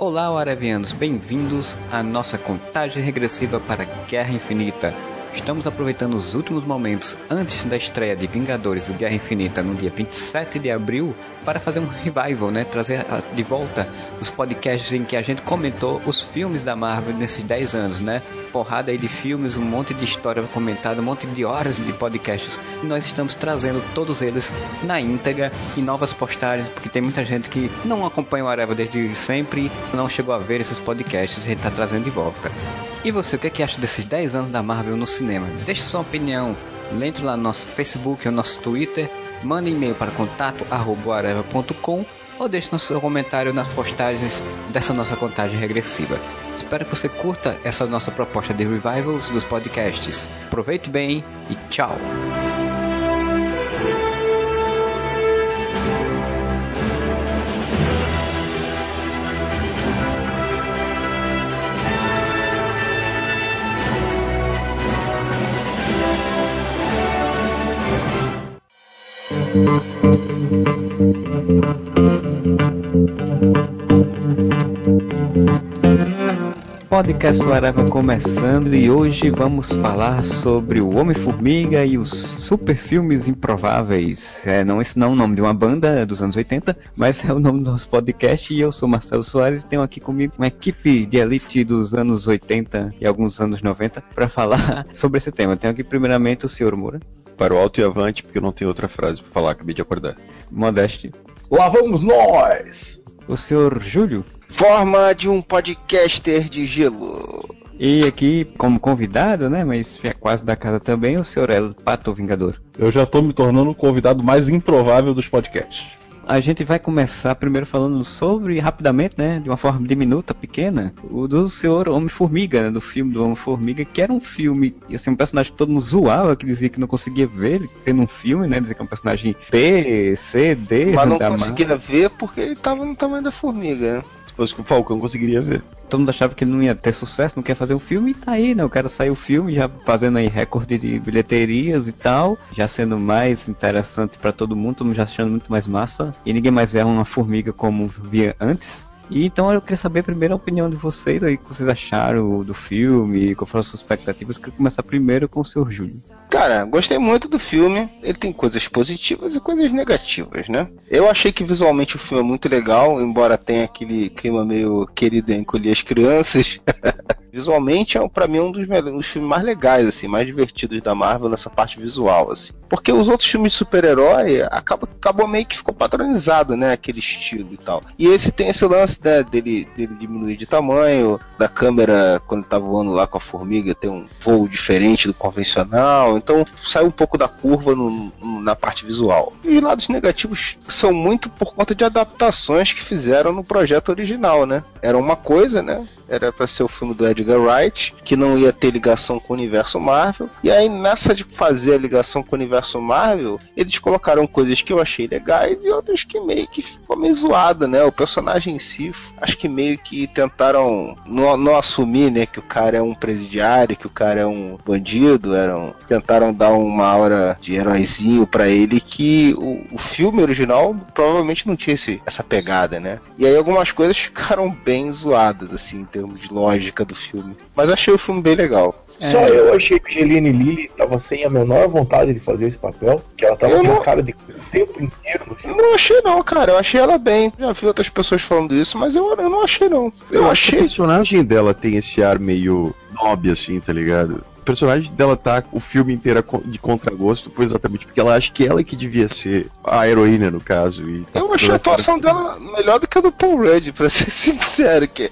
Olá, Arevianos, bem-vindos à nossa contagem regressiva para Guerra Infinita. Estamos aproveitando os últimos momentos antes da estreia de Vingadores e Guerra Infinita no dia 27 de abril para fazer um revival, né? Trazer de volta os podcasts em que a gente comentou os filmes da Marvel nesses 10 anos, né? Porrada aí de filmes, um monte de história comentada, um monte de horas de podcasts. E nós estamos trazendo todos eles na íntegra e novas postagens, porque tem muita gente que não acompanha o Areva desde sempre e não chegou a ver esses podcasts, a gente está trazendo de volta. E você, o que acha desses 10 anos da Marvel no cinema? Deixe sua opinião, entre lá no nosso Facebook ou nosso Twitter, manda e-mail para contato@areva.com ou deixe no seu comentário nas postagens dessa nossa contagem regressiva. Espero que você curta essa nossa proposta de revivals dos podcasts. Aproveite bem e tchau! Podcast Areva começando e hoje vamos falar sobre o Homem-Formiga e os super filmes improváveis. Esse não é o nome de uma banda dos anos 80, mas é o nome do nosso podcast e eu sou Marcelo Soares e tenho aqui comigo uma equipe de elite dos anos 80 e alguns anos 90 para falar sobre esse tema. Tenho aqui primeiramente o senhor Moura. Para o alto e avante, porque eu não tenho outra frase para falar, acabei de acordar. Modeste. Lá vamos nós! O senhor Júlio. Forma de um podcaster de gelo. E aqui, como convidado, né, mas é quase da casa também, o senhor El Pato Vingador. Eu já estou me tornando o convidado mais improvável dos podcasts. A gente vai começar primeiro falando sobre, rapidamente, né, de uma forma diminuta, pequena, o do senhor Homem-Formiga, né, do filme do Homem-Formiga, que era um filme, assim, um personagem que todo mundo zoava, que dizia que não conseguia ver ele tendo um filme, né, dizia que é um personagem B, C, D... Mas não conseguia ver porque ele estava no tamanho da formiga, né? Se fosse com o Falcão, conseguiria ver. Todo mundo achava que ele não ia ter sucesso, não quer fazer um filme, e tá aí, né? O cara saiu o filme, já fazendo aí recorde de bilheterias e tal, já sendo mais interessante pra todo mundo já achando muito mais massa, e ninguém mais vê uma formiga como via antes. E então eu queria saber primeiro a opinião de vocês aí, o que vocês acharam do filme, quais foram as suas expectativas. Eu queria começar primeiro com o Sr. Júlio. Cara, gostei muito do filme, ele tem coisas positivas e coisas negativas, né? Eu achei que visualmente o filme é muito legal, embora tenha aquele clima meio querido encolher as crianças. Visualmente, pra mim, um dos filmes mais legais, assim, mais divertidos da Marvel nessa parte visual, assim. Porque os outros filmes de super-herói acabou meio que ficou padronizado, né? Aquele estilo e tal. E esse tem esse lance, né, dele diminuir de tamanho, da câmera, quando ele tá voando lá com a formiga, tem um voo diferente do convencional. Então, sai um pouco da curva na parte visual. E os lados negativos são muito por conta de adaptações que fizeram no projeto original, né? Era uma coisa, né? Era pra ser o filme do Edgar Wright, que não ia ter ligação com o universo Marvel. E aí, nessa de fazer a ligação com o universo Marvel, eles colocaram coisas que eu achei legais e outras que meio que ficou meio zoada, né? O personagem em si, acho que meio que tentaram não assumir, né, que o cara é um presidiário, que o cara é um bandido, tentaram dar uma aura de heróizinho pra ele que o filme original provavelmente não tinha essa pegada, né? E aí algumas coisas ficaram bem zoadas, assim, em termos de lógica do filme. Mas eu achei o filme bem legal. Só eu achei que Angelina Lilly tava sem a menor vontade de fazer esse papel, que ela tava com a cara de o tempo inteiro no filme. Eu não achei não, cara, eu achei ela bem. Já vi outras pessoas falando isso, mas eu não achei não. Eu achei que o personagem dela tem esse ar meio nobre, assim, tá ligado? O personagem dela tá o filme inteiro de contragosto, foi exatamente porque ela acha que ela é que devia ser a heroína, no caso. E eu achei a atuação dela melhor do que a do Paul Rudd, pra ser sincero. Que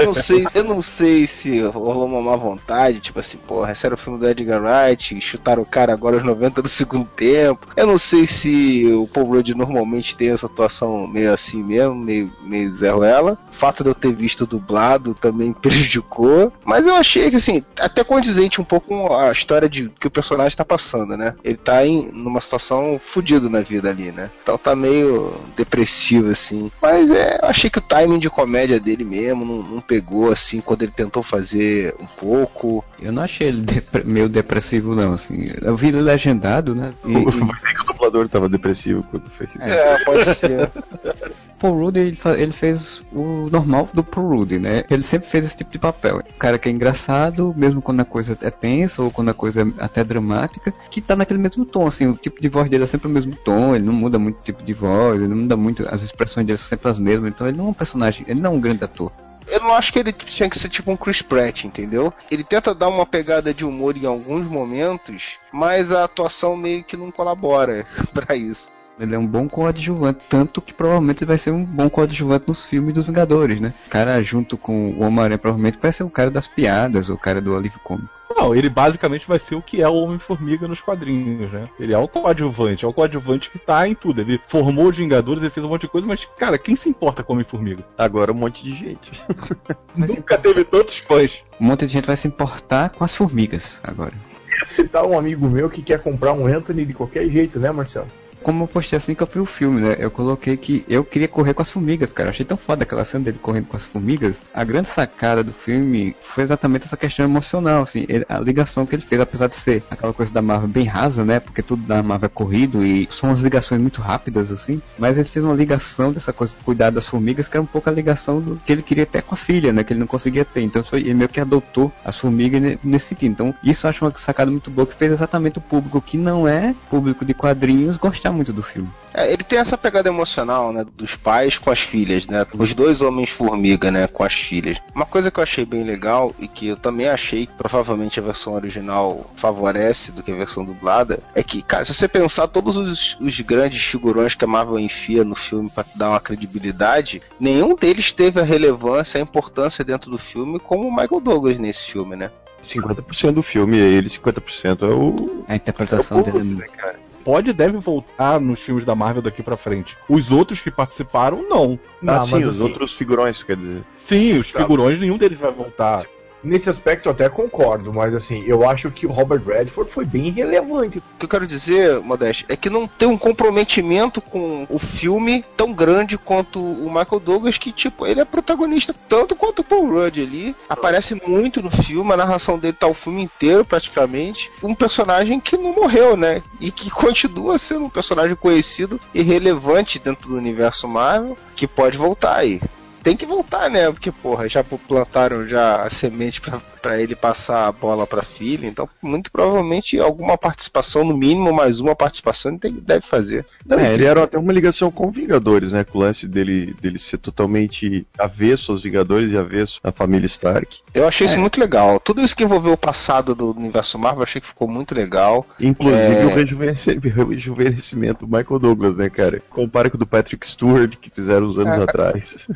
eu não sei se rolou uma má vontade, tipo assim, porra, esse era o filme do Edgar Wright, chutaram o cara agora aos 90 do segundo tempo. Eu não sei se o Paul Rudd normalmente tem essa atuação meio assim mesmo, meio Zé Ruela. O fato de eu ter visto dublado também prejudicou, mas eu achei que, assim, até condizente um pouco com a história que o personagem tá passando, né? Ele tá numa situação fodida na vida ali, né? Então tá meio depressivo, assim. Mas eu achei que o timing de comédia dele mesmo não pegou, assim, quando ele tentou fazer um pouco. Eu não achei ele meio depressivo, não, assim. Eu vi ele legendado, né? O dublador tava depressivo quando fez. Pode ser. Paul Rudd, ele fez o normal do Paul Rudd, né? Ele sempre fez esse tipo de papel. O cara que é engraçado, mesmo quando a coisa é tensa ou quando a coisa é até dramática, que tá naquele mesmo tom, assim, o tipo de voz dele é sempre o mesmo tom, ele não muda muito o tipo de voz, ele não muda muito, as expressões dele são sempre as mesmas, então ele não é um personagem, ele não é um grande ator. Eu não acho que ele tinha que ser tipo um Chris Pratt, entendeu? Ele tenta dar uma pegada de humor em alguns momentos, mas a atuação meio que não colabora pra isso. Ele é um bom coadjuvante, tanto que provavelmente vai ser um bom coadjuvante nos filmes dos Vingadores, né? O cara junto com o Homem-Aranha provavelmente vai ser o cara das piadas, o cara do alívio cômico. Não, ele basicamente vai ser o que é o Homem-Formiga nos quadrinhos, né? Ele é o coadjuvante que tá em tudo. Ele formou os Vingadores, ele fez um monte de coisa, mas, cara, quem se importa com o Homem-Formiga? Agora um monte de gente. Nunca teve tantos fãs. Um monte de gente vai se importar com as formigas agora. Citar um amigo meu que quer comprar um Anthony de qualquer jeito, né, Marcelo? Como eu postei assim que eu vi o filme, né? Eu coloquei que eu queria correr com as formigas, cara. Eu achei tão foda aquela cena dele correndo com as formigas. A grande sacada do filme foi exatamente essa questão emocional, assim. A ligação que ele fez, apesar de ser aquela coisa da Marvel bem rasa, né? Porque tudo da Marvel é corrido e são umas ligações muito rápidas, assim. Mas ele fez uma ligação dessa coisa de cuidar das formigas, que era um pouco a ligação do que ele queria ter com a filha, né? Que ele não conseguia ter. Então ele meio que adotou as formigas nesse sentido. Então isso eu acho uma sacada muito boa, que fez exatamente o público que não é público de quadrinhos gostar muito do filme. Ele tem essa pegada emocional, né, dos pais com as filhas, né, os dois Homens-Formiga, né, com as filhas. Uma coisa que eu achei bem legal e que eu também achei que provavelmente a versão original favorece do que a versão dublada, é que, cara, se você pensar todos os grandes figurões que a Marvel enfia no filme pra dar uma credibilidade, nenhum deles teve a relevância, a importância dentro do filme como o Michael Douglas nesse filme, né? 50% do filme é ele, 50% é o... A interpretação dele, né, cara? Deve voltar nos filmes da Marvel daqui pra frente. Os outros que participaram, não. Sim, os outros figurões, quer dizer. Sim, os figurões, nenhum deles vai voltar. Nesse aspecto eu até concordo, mas assim, eu acho que o Robert Redford foi bem relevante. O que eu quero dizer, Modeste, é que não tem um comprometimento com o filme tão grande quanto o Michael Douglas, que, tipo, ele é protagonista tanto quanto o Paul Rudd ali. Aparece muito no filme, a narração dele tá o filme inteiro, praticamente. Um personagem que não morreu, né? E que continua sendo um personagem conhecido e relevante dentro do universo Marvel, que pode voltar aí. Tem que voltar, né? Porque, porra, já plantaram já a semente pra ele passar a bola pra filha. Então, muito provavelmente, alguma participação, no mínimo, mais uma participação, ele deve fazer. Ele era até uma ligação com Vingadores, né? Com o lance dele ser totalmente avesso aos Vingadores e avesso à família Stark. Eu achei isso muito legal. Tudo isso que envolveu o passado do universo Marvel, eu achei que ficou muito legal. Inclusive o rejuvenescimento do Michael Douglas, né, cara? Compara com o do Patrick Stewart, que fizeram uns anos atrás.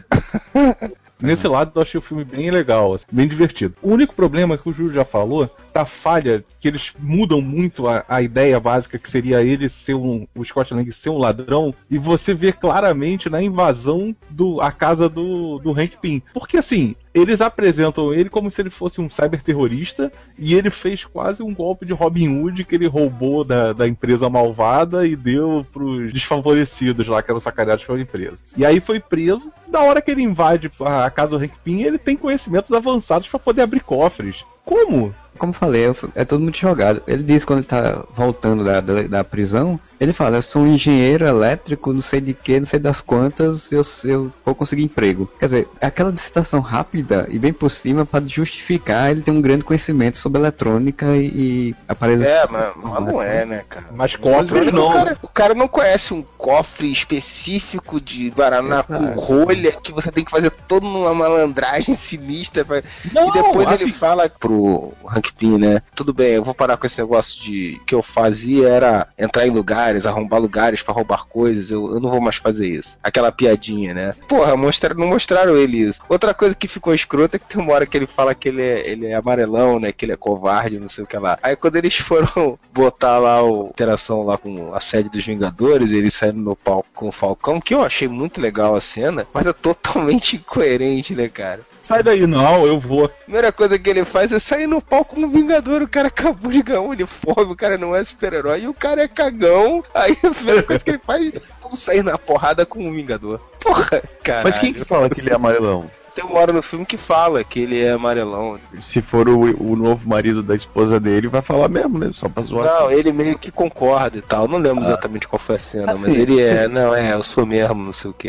Nesse lado eu achei o filme bem legal, assim, bem divertido. O único problema que o Júlio já falou, da falha, que eles mudam muito a ideia básica, que seria ele ser o Scott Lang ser um ladrão, e você vê claramente na invasão a casa do Hank Pym. Porque assim, eles apresentam ele como se ele fosse um cyberterrorista, e ele fez quase um golpe de Robin Hood, que ele roubou da empresa malvada e deu pros desfavorecidos lá, que eram sacaneados pela empresa. E aí foi preso. Da hora que ele invade a casa do Hank Pym, ele tem conhecimentos avançados para poder abrir cofres. Como? Como eu falei, é todo muito jogado. Ele diz quando ele tá voltando da prisão, ele fala, eu sou um engenheiro elétrico, não sei de que, não sei das quantas, eu vou conseguir emprego. Quer dizer, aquela dissertação rápida e bem por cima para justificar ele ter um grande conhecimento sobre eletrônica e aparelhos... Mas não é, né, cara? Mas cofres não. O cara não conhece um cofre específico de Guaraná com rolha, que você tem que fazer toda uma malandragem sinistra. Não, e depois assim, ele fala pro Hank Pym, né? Tudo bem, eu vou parar com esse negócio de que eu fazia era entrar em lugares, arrombar lugares pra roubar coisas, eu não vou mais fazer isso. Aquela piadinha, né? Porra, não mostraram ele isso. Outra coisa que ficou escrota é que tem uma hora que ele fala que ele é amarelão, né? Que ele é covarde, não sei o que lá. Aí quando eles foram botar lá a interação lá com a sede dos Vingadores, ele saindo no palco com o Falcão, que eu achei muito legal a cena, mas é totalmente incoerente, né, cara? Sai daí, não, eu vou. A primeira coisa que ele faz é sair no palco como Vingador. O cara acabou de ganhar um uniforme, o cara não é super-herói e o cara é cagão. Aí a primeira coisa que ele faz é sair na porrada com um Vingador. Porra, cara. Mas quem que fala que ele é amarelão? Tem uma hora no filme que fala que ele é amarelão. Se for o novo marido da esposa dele, vai falar mesmo, né? Só pra zoar. Não, ele meio que concorda e tal. Não lembro exatamente qual foi a cena, assim, mas ele eu sou mesmo, não sei o quê.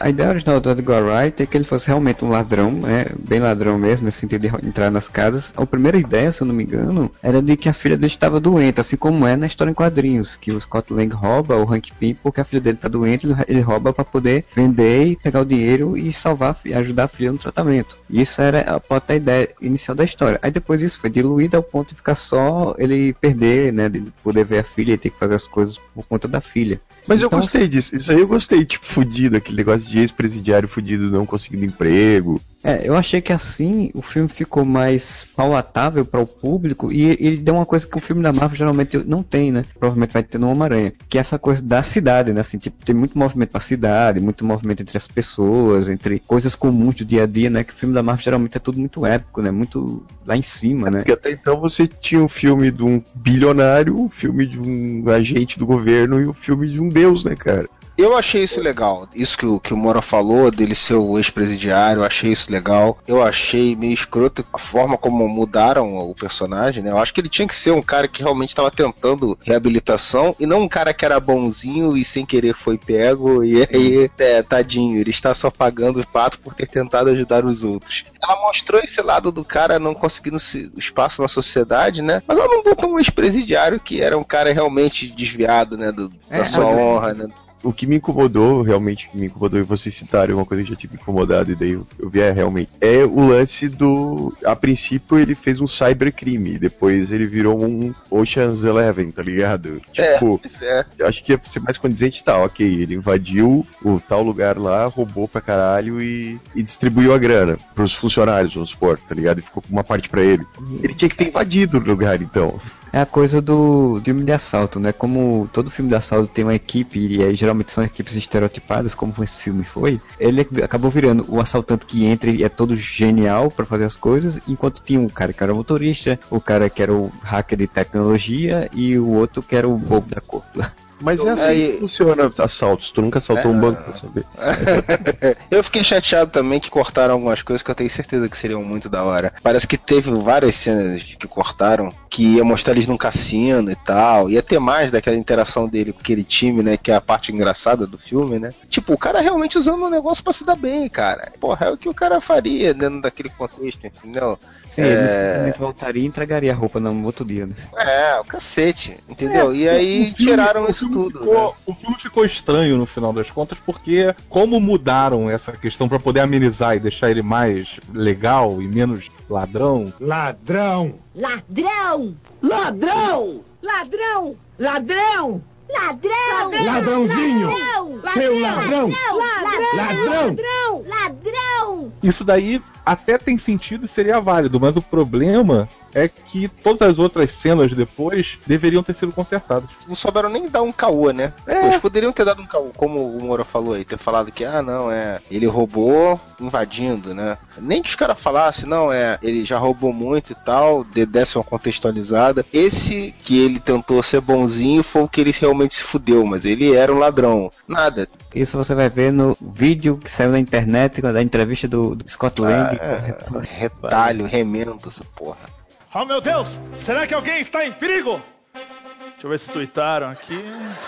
A ideia original do Edgar Wright é que ele fosse realmente um ladrão, né? Bem ladrão mesmo, nesse sentido de entrar nas casas. A primeira ideia, se eu não me engano, era de que a filha dele estava doente, assim como é na história em quadrinhos, que o Scott Lang rouba o Hank Pym porque a filha dele está doente, ele rouba para poder vender e pegar o dinheiro e salvar e ajudar a filha no tratamento. Isso era a ideia inicial da história. Aí depois isso foi diluído ao ponto de ficar só ele perder, né, de poder ver a filha e ter que fazer as coisas por conta da filha. Mas então, eu gostei disso. Isso aí eu gostei, tipo, fudido, aquele negócio de ex-presidiário fudido não conseguindo emprego. Eu achei que assim o filme ficou mais palatável para o público e ele deu uma coisa que o filme da Marvel geralmente não tem, né? Provavelmente vai ter no Homem-Aranha, que é essa coisa da cidade, né? Assim, tipo, tem muito movimento pra cidade, muito movimento entre as pessoas, entre coisas comuns do dia a dia, né? Que o filme da Marvel geralmente é tudo muito épico, né? Muito lá em cima, né? Porque até então você tinha um filme de um bilionário, um filme de um agente do governo e um filme de um deus, né, cara? Eu achei isso legal. Isso que o Mora falou, dele ser o ex-presidiário, eu achei isso legal. Eu achei meio escroto a forma como mudaram o personagem, né? Eu acho que ele tinha que ser um cara que realmente estava tentando reabilitação e não um cara que era bonzinho e sem querer foi pego e aí, tadinho, ele está só pagando o pato por ter tentado ajudar os outros. Ela mostrou esse lado do cara não conseguindo espaço na sociedade, né? Mas ela não botou um ex-presidiário que era um cara realmente desviado, né? Da sua honra, né? O que me incomodou, realmente, e vocês citaram uma coisa que já tinha me incomodado, e daí eu vi realmente, é o lance do... A princípio ele fez um cybercrime, depois ele virou um Ocean's Eleven, tá ligado? Tipo, eu acho que ia ser mais condizente, tá, ok, ele invadiu o tal lugar lá, roubou pra caralho e distribuiu a grana pros funcionários, vamos supor, tá ligado? E ficou com uma parte pra ele. Ele tinha que ter invadido o lugar, então. É a coisa do filme de assalto, né? Como todo filme de assalto tem uma equipe, e aí geralmente são equipes estereotipadas, como esse filme foi, ele acabou virando o assaltante que entra e é todo genial pra fazer as coisas, enquanto tinha um cara que era o motorista, o cara que era o hacker de tecnologia e o outro que era o bobo da corte. Mas é assim que funciona assaltos. Tu nunca assaltou um banco pra saber. Eu fiquei chateado também que cortaram algumas coisas que eu tenho certeza que seriam muito da hora. Parece que teve várias cenas que cortaram, que ia mostrar eles num cassino e tal. Ia ter mais daquela interação dele com aquele time, né? Que é a parte engraçada do filme, né? Tipo, o cara realmente usando um negócio pra se dar bem, cara. Porra, é o que o cara faria dentro daquele contexto, entendeu? Sim, ele simplesmente voltaria e entregaria a roupa no outro dia, né? O cacete, entendeu? E aí tiraram isso tudo. O filme ficou estranho no final das contas, porque como mudaram essa questão pra poder amenizar e deixar ele mais legal e menos ladrão. Ladrão! Ladrão! Ladrão! Ladrão! Ladrão! Ladrão! Ladrãozinho! Seu ladrão! Ladrão! Ladrão! Ladrão! Isso daí até tem sentido e seria válido, mas o problema é que todas as outras cenas depois deveriam ter sido consertadas. Não souberam nem dar um caô, né? Eles poderiam ter dado um caô, como o Moura falou aí, ter falado que, ele roubou invadindo, né? Nem que os caras falassem, ele já roubou muito e tal, desse uma contextualizada. Esse que ele tentou ser bonzinho foi o que ele realmente se fudeu, mas ele era um ladrão. Nada. Isso você vai ver no vídeo que saiu na internet, da entrevista do Scott Lang. Retalho, remendo, essa porra. Oh meu Deus, será que alguém está em perigo? Deixa eu ver se tuitaram aqui.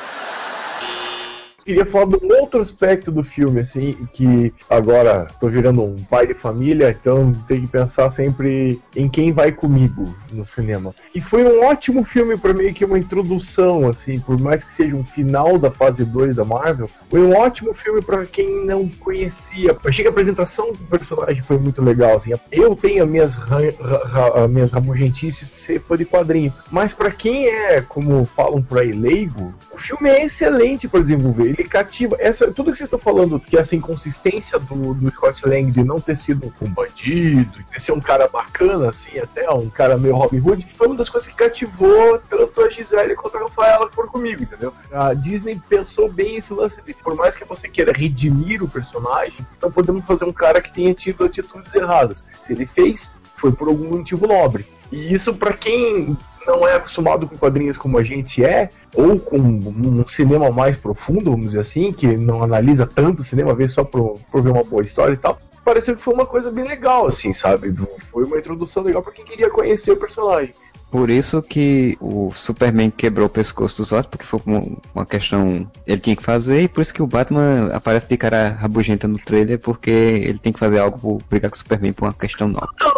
Queria falar de um outro aspecto do filme, assim, que agora tô virando um pai de família, então tem que pensar sempre em quem vai comigo no cinema. E foi um ótimo filme pra meio que uma introdução, assim, por mais que seja um final da fase 2 da Marvel, foi um ótimo filme pra quem não conhecia. Achei que a apresentação do personagem foi muito legal, assim. Eu tenho as minhas ramugentices de ser fã de quadrinho, mas pra quem é, como falam por aí, leigo, o filme é excelente pra desenvolver. Ele cativa. Tudo que vocês estão falando, que essa inconsistência do Scott Lang de não ter sido um bandido, de ser um cara bacana, assim, até um cara meio Robin Hood, foi uma das coisas que cativou tanto a Gisele quanto a Rafaela por comigo, entendeu? A Disney pensou bem esse lance de, por mais que você queira redimir o personagem, então podemos fazer um cara que tenha tido atitudes erradas. Se ele fez, foi por algum motivo nobre. E isso, pra quem não é acostumado com quadrinhos como a gente ou com um cinema mais profundo, vamos dizer assim, que não analisa tanto o cinema, vê só por ver uma boa história e tal, pareceu que foi uma coisa bem legal, assim, sabe? Foi uma introdução legal pra quem queria conhecer o personagem. Por isso que o Superman quebrou o pescoço do Zod, porque foi uma questão ele tinha que fazer, e por isso que o Batman aparece de cara rabugenta no trailer, porque ele tem que fazer algo pra brigar com o Superman por uma questão nova. Não,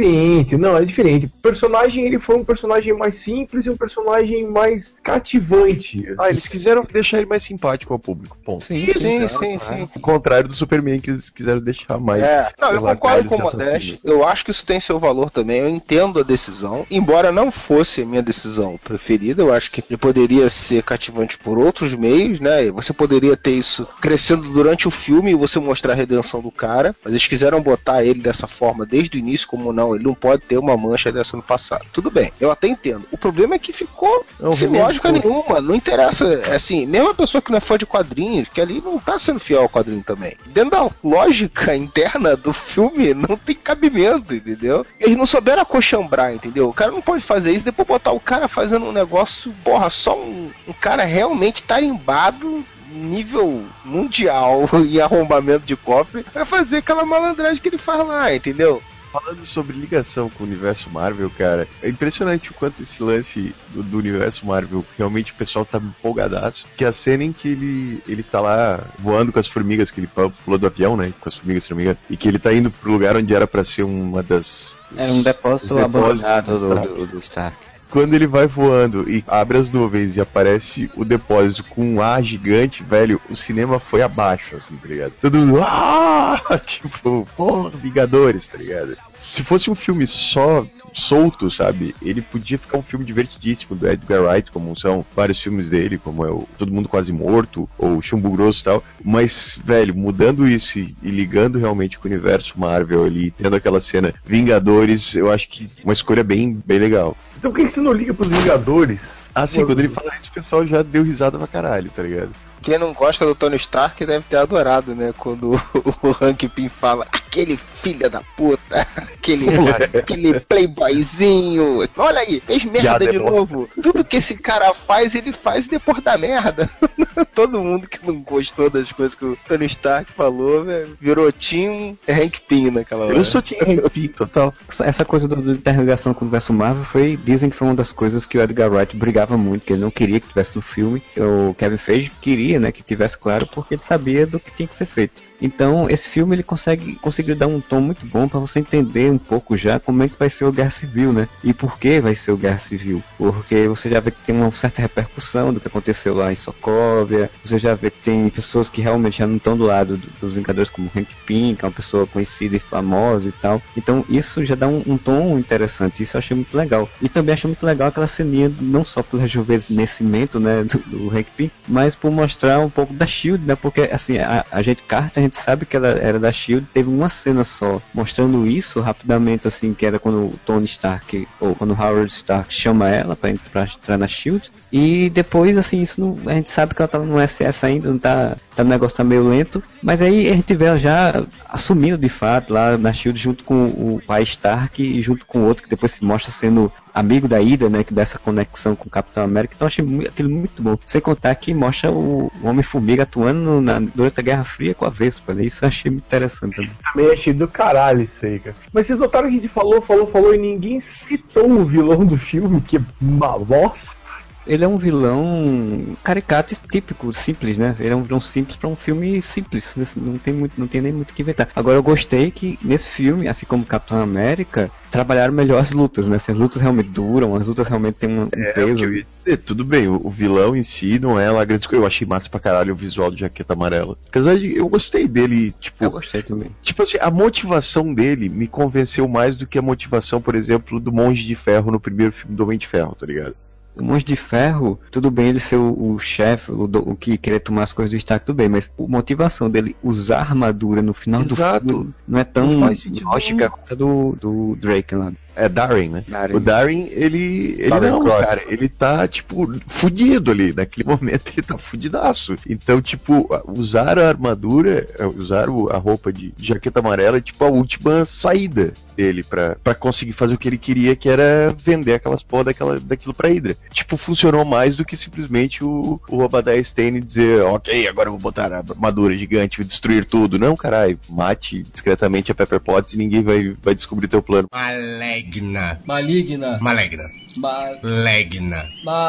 é diferente. O personagem, ele foi um personagem mais simples e um personagem mais cativante. Ah, eles quiseram deixar ele mais simpático ao público, ponto. Sim. Ao contrário do Superman, que eles quiseram deixar mais... Não, eu concordo com o Modeste. Eu acho que isso tem seu valor também. Eu entendo a decisão. Embora não fosse a minha decisão preferida, eu acho que ele poderia ser cativante por outros meios, né? Você poderia ter isso crescendo durante o filme e você mostrar a redenção do cara. Mas eles quiseram botar ele dessa forma desde o início, como não, ele não pode ter uma mancha dessa no passado. Tudo bem, eu até entendo. O problema é que ficou sem lógica nenhuma. Não interessa, assim, mesmo a pessoa que não é fã de quadrinhos, que ali não tá sendo fiel ao quadrinho também. Dentro da lógica interna do filme, não tem cabimento, entendeu? Eles não souberam acochambrar, entendeu? O cara não pode fazer isso, depois botar o cara fazendo um negócio, porra, só um cara realmente tarimbado nível mundial em arrombamento de cofre, vai fazer aquela malandragem que ele faz lá, entendeu? Falando sobre ligação com o universo Marvel, cara, é impressionante o quanto esse lance do universo Marvel, realmente o pessoal tá empolgadaço, que a cena em que ele tá lá voando com as formigas, que ele pulou do avião, né, com as formigas, se não me engano, e que ele tá indo pro lugar onde era pra ser uma das... Era um depósito abandonado do Stark. Quando ele vai voando e abre as nuvens e aparece o depósito com um ar gigante, velho, o cinema foi abaixo, assim, tá ligado? Todo mundo, tipo, porra, Vingadores, tá ligado? Se fosse um filme só solto, sabe, ele podia ficar um filme divertidíssimo do Edgar Wright, como são vários filmes dele, como é o Todo Mundo Quase Morto, ou Chumbo Grosso e tal, mas, velho, mudando isso e ligando realmente com o universo Marvel ali, tendo aquela cena Vingadores, eu acho que uma escolha bem legal. Então por que você não liga pros Vingadores? Ah, sim, quando ele fala isso, o pessoal já deu risada pra caralho, tá ligado? Quem não gosta do Tony Stark deve ter adorado, né? Quando o Hank Pym fala, aquele filho da puta, aquele playboyzinho, olha aí, fez merda de novo. Tudo que esse cara faz, ele faz depois da merda. Todo mundo que não gostou das coisas que o Tony Stark falou, velho, virou Team Hank Pym naquela hora. Eu sou Team Hank Pym, total. Essa coisa da interrogação com o universo Marvel dizem que foi uma das coisas que o Edgar Wright brigava muito, que ele não queria que tivesse no filme. O Kevin Feige queria, né, que tivesse claro, porque ele sabia do que tinha que ser feito. Então, esse filme ele conseguiu dar um tom muito bom para você entender um pouco já como é que vai ser o Guerra Civil, né? E por que vai ser o Guerra Civil? Porque você já vê que tem uma certa repercussão do que aconteceu lá em Sokovia, você já vê que tem pessoas que realmente já não estão do lado dos Vingadores, como Hank Pym, que é uma pessoa conhecida e famosa e tal. Então, isso já dá um tom interessante, isso eu achei muito legal. E também achei muito legal aquela ceninha, não só pelo rejuvenescimento, né, do Hank Pym, mas por mostrar um pouco da SHIELD, né? Porque, assim, a gente Carter, a gente sabe que ela era da SHIELD, teve uma cena só mostrando isso rapidamente, assim, que era quando o Tony Stark, ou quando o Howard Stark chama ela pra entrar na SHIELD, e depois, assim, isso não, a gente sabe que ela tava no SS ainda, não tá, o negócio tá meio lento, mas aí a gente vê ela já assumindo de fato lá na SHIELD junto com o pai Stark e junto com o outro que depois se mostra sendo amigo da Hydra, né, que dá essa conexão com o Capitão América. Então achei aquilo muito bom. Sem contar que mostra o Homem-Formiga atuando durante a Guerra Fria com a Vespa, né? Isso eu achei muito interessante. Isso também achei do caralho isso aí, cara. Mas vocês notaram que a gente falou e ninguém citou o vilão do filme, que é uma bosta. Ele é um vilão caricato e típico, simples, né? Ele é um vilão simples para um filme simples. Não tem nem muito o que inventar. Agora eu gostei que nesse filme, assim como Capitão América, trabalharam melhor as lutas, né? Assim, as lutas realmente duram, as lutas realmente têm um peso. Tudo bem, o vilão em si não é lá grande coisa. Eu achei massa pra caralho o visual do Jaqueta Amarela. Apesar de eu gostei dele, tipo. Eu gostei também. Tipo assim, a motivação dele me convenceu mais do que a motivação, por exemplo, do Monge de Ferro no primeiro filme do Homem de Ferro, tá ligado? O Monge de Ferro, tudo bem ele ser o chefe, o que querer tomar as coisas do Stark, tudo bem, mas a motivação dele usar armadura no final do filme não é tão lógica quanto do Drake lá. É Darin, né? Darin. O Darin, ele não, cara, ele tá, tipo, fudido ali, naquele momento ele tá fudidaço. Então, tipo, usar a armadura, usar a roupa de jaqueta amarela é, tipo, a última saída dele pra conseguir fazer o que ele queria, que era vender aquelas porra daquilo pra Hydra. Tipo, funcionou mais do que simplesmente o Obadiah Stane dizer, ok, agora eu vou botar a armadura gigante, vou destruir tudo. Não, caralho, mate discretamente a Pepper Potts e ninguém vai descobrir teu plano. Maligna. Maligna.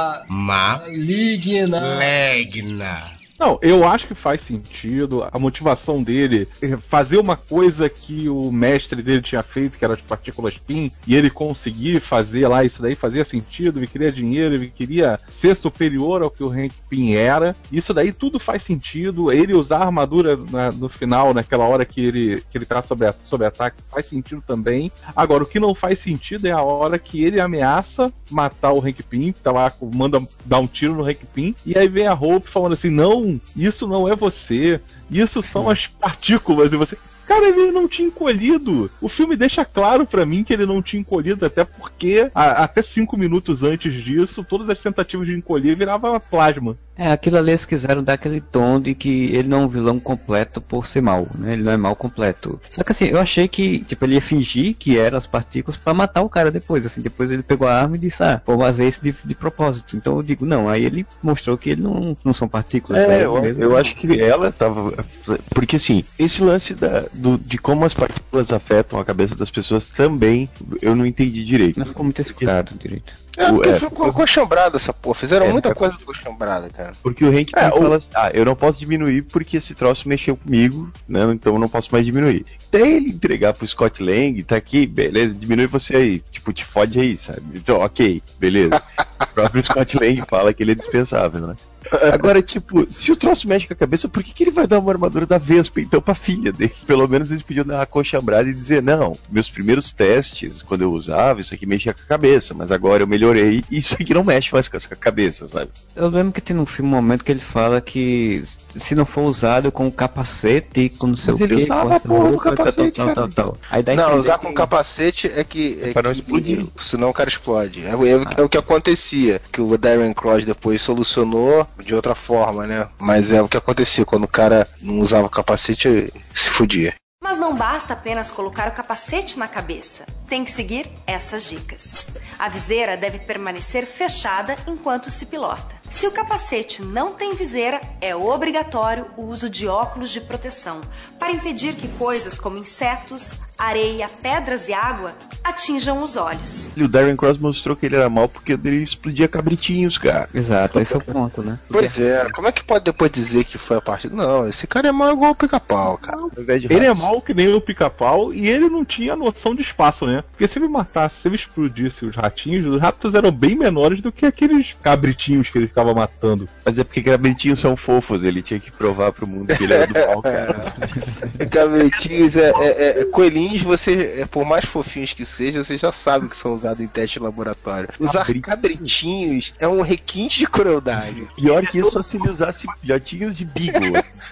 Maligna. Não, eu acho que faz sentido a motivação dele fazer uma coisa que o mestre dele tinha feito, que era as partículas PIN, e ele conseguir fazer lá, isso daí fazia sentido, ele queria dinheiro, ele queria ser superior ao que o Hank Pym era, isso daí tudo faz sentido, ele usar a armadura no final, naquela hora que ele tá sob ataque, faz sentido também. Agora, o que não faz sentido é a hora que ele ameaça matar o Hank Pym, tá lá, manda dar um tiro no Hank Pym, e aí vem a Hope falando assim, não, isso não é você, isso são as partículas, e você... Cara, ele não tinha encolhido. O filme deixa claro pra mim que ele não tinha encolhido, até porque até 5 minutos antes disso, todas as tentativas de encolher viravam plasma. Aquilo ali eles quiseram dar aquele tom de que ele não é um vilão completo por ser mal, né? Ele não é mal completo. Só que assim, eu achei que, tipo, ele ia fingir que eram as partículas pra matar o cara depois, assim. Depois ele pegou a arma e disse, vou fazer isso de propósito. Então eu digo, não, aí ele mostrou que ele não são partículas. Eu acho que ela tava... Porque assim, esse lance de como as partículas afetam a cabeça das pessoas também, eu não entendi direito. Não ficou muito explicado direito. Porque ficou coxambrada essa porra. Fizeram muita coisa coxambrada, cara. Porque o Hank fala assim, eu não posso diminuir porque esse troço mexeu comigo, né? Então eu não posso mais diminuir. Até ele entregar pro Scott Lang, tá aqui, beleza, diminui você aí. Tipo, te fode aí, sabe? Então, ok, beleza. O próprio Scott Lang fala que ele é dispensável, né? Agora, tipo, se o troço mexe com a cabeça, por que ele vai dar uma armadura da Vespa, então, pra filha dele? Pelo menos eles podiam dar uma coxambrada e dizer, não, meus primeiros testes, quando eu usava, isso aqui mexia com a cabeça, mas agora eu melhorei e isso aqui não mexe mais com a cabeça, sabe? Eu lembro que tem no filme um momento que ele fala que se não for usado com capacete, com não sei o que... Mas ele usava a porra do capacete, tal. Aí dá não, usar com capacete é para não explodir. Senão o cara explode. É o que acontecia, que o Darren Cross depois solucionou de outra forma, né? Mas é o que acontecia, quando o cara não usava o capacete, se fudia. Mas não basta apenas colocar o capacete na cabeça. Tem que seguir essas dicas. A viseira deve permanecer fechada enquanto se pilota. Se o capacete não tem viseira, é obrigatório o uso de óculos de proteção para impedir que coisas como insetos, areia, pedras e água atinjam os olhos. E o Darren Cross mostrou que ele era mal porque ele explodia cabritinhos, cara. Exato, esse é o ponto, né? Pois é, como é que pode depois dizer que foi a parte... Não, esse cara é mal igual o Pica-Pau, cara. Ele é mal que nem o Pica-Pau e ele não tinha noção de espaço, né? Porque se ele matasse, se ele explodisse os ratos eram bem menores do que aqueles cabritinhos que ele ficava matando. Mas é porque cabritinhos são fofos, ele tinha que provar pro mundo que ele era do mal, cara. Cabritinhos, coelhinhos, você, por mais fofinhos que sejam, você já sabe que são usados em teste de laboratório. Usar cabritinhos é um requinte de crueldade. Pior que isso, só se ele usasse filhotinhos de Beagle.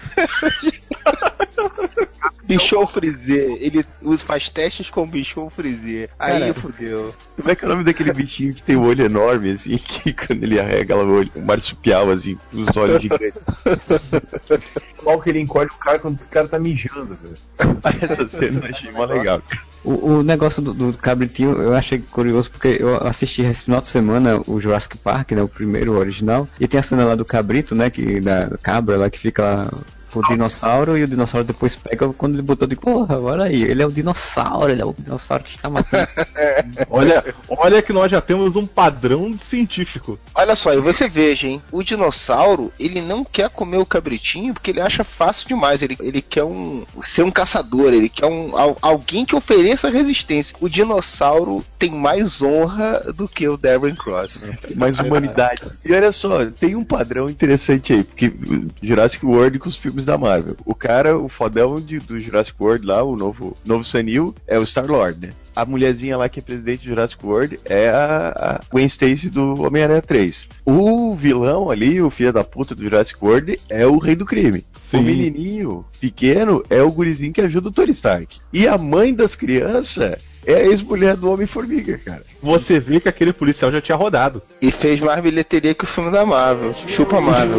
Bichon Frisé, ele faz testes com Bichon Frisé. Aí fudeu. Como é que é o nome daquele bichinho que tem o olho enorme, assim, que quando ele arrega o olho, um marsupial, assim, os olhos gigantes. Mal que ele encolhe o cara quando o cara tá mijando, velho. Essa cena eu achei mó legal. O negócio do cabritinho eu achei curioso porque eu assisti esse final de semana o Jurassic Park, né, o primeiro, o original, e tem a cena lá do cabrito, né, da cabra lá que fica lá com o dinossauro, e o dinossauro depois pega quando ele botou de porra, olha aí, ele é o dinossauro que está matando. Olha que nós já temos um padrão científico. Olha só, e você veja, hein, o dinossauro, ele não quer comer o cabritinho porque ele acha fácil demais, ele quer ser um caçador, ele quer alguém que ofereça resistência. O dinossauro tem mais honra do que o Darren Cross. Mais humanidade. E olha só, tem um padrão interessante aí, porque Jurassic World com os filmes da Marvel. O cara, o fodão do Jurassic World lá, o novo senil, é o Star-Lord, né? A mulherzinha lá que é presidente do Jurassic World é a Gwen Stacy do Homem-Aranha 3. O vilão ali, o filho da puta do Jurassic World, é o rei do crime. Sim. O menininho pequeno é o gurizinho que ajuda o Tony Stark. E a mãe das crianças é a ex-mulher do Homem-Formiga, cara. Você vê que aquele policial já tinha rodado. E fez mais bilheteria que o filme da Marvel. Chupa Marvel.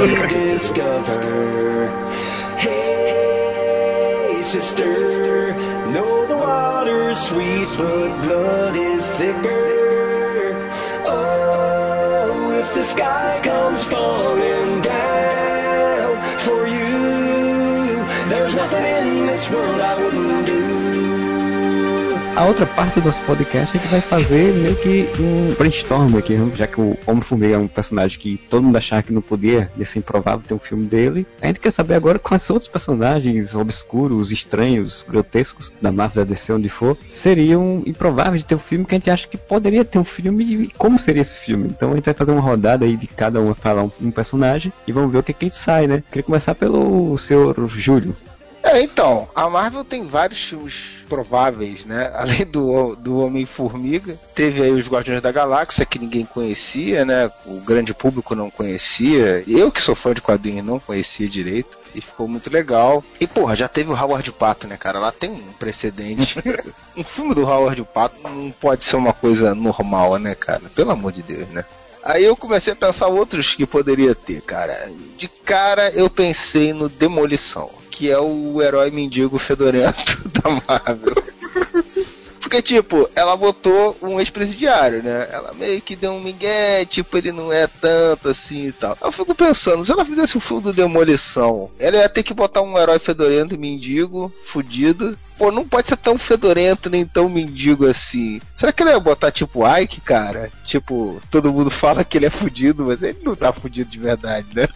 Hey, sister, know the water's sweet, but blood is thicker. Oh, if the sky comes falling down for you, there's nothing in this world I wouldn't do. A outra parte do nosso podcast a gente vai fazer meio que um brainstorm aqui, né? Já que o Homem-Formiga é um personagem que todo mundo achava que não podia, ia ser improvável ter um filme dele. A gente quer saber agora quais outros personagens obscuros, estranhos, grotescos da Marvel, da DC, onde for, seriam improváveis de ter um filme que a gente acha que poderia ter um filme e como seria esse filme. Então a gente vai fazer uma rodada aí de cada um falar um personagem e vamos ver o que sai, né? Queria começar pelo senhor Júlio. Então, a Marvel tem vários filmes prováveis, né? Além do Homem-Formiga, teve aí os Guardiões da Galáxia, que ninguém conhecia, né? O grande público não conhecia. Eu, que sou fã de quadrinhos, não conhecia direito. E ficou muito legal. E, porra, já teve o Howard Pato, né, cara? Lá tem um precedente. Um filme do Howard Pato não pode ser uma coisa normal, né, cara? Pelo amor de Deus, né? Aí eu comecei a pensar outros que poderia ter, cara. De cara, eu pensei no Demolição, que é o herói mendigo fedorento da Marvel. Porque, tipo, ela botou um ex-presidiário, né? Ela meio que deu um migué, tipo, ele não é tanto assim e tal. Eu fico pensando, se ela fizesse o filme do Demolição, ela ia ter que botar um herói fedorento e mendigo, fudido. Pô, não pode ser tão fedorento nem tão mendigo assim. Será que ela ia botar tipo Ike, cara? Tipo, todo mundo fala que ele é fudido, mas ele não tá fudido de verdade, né?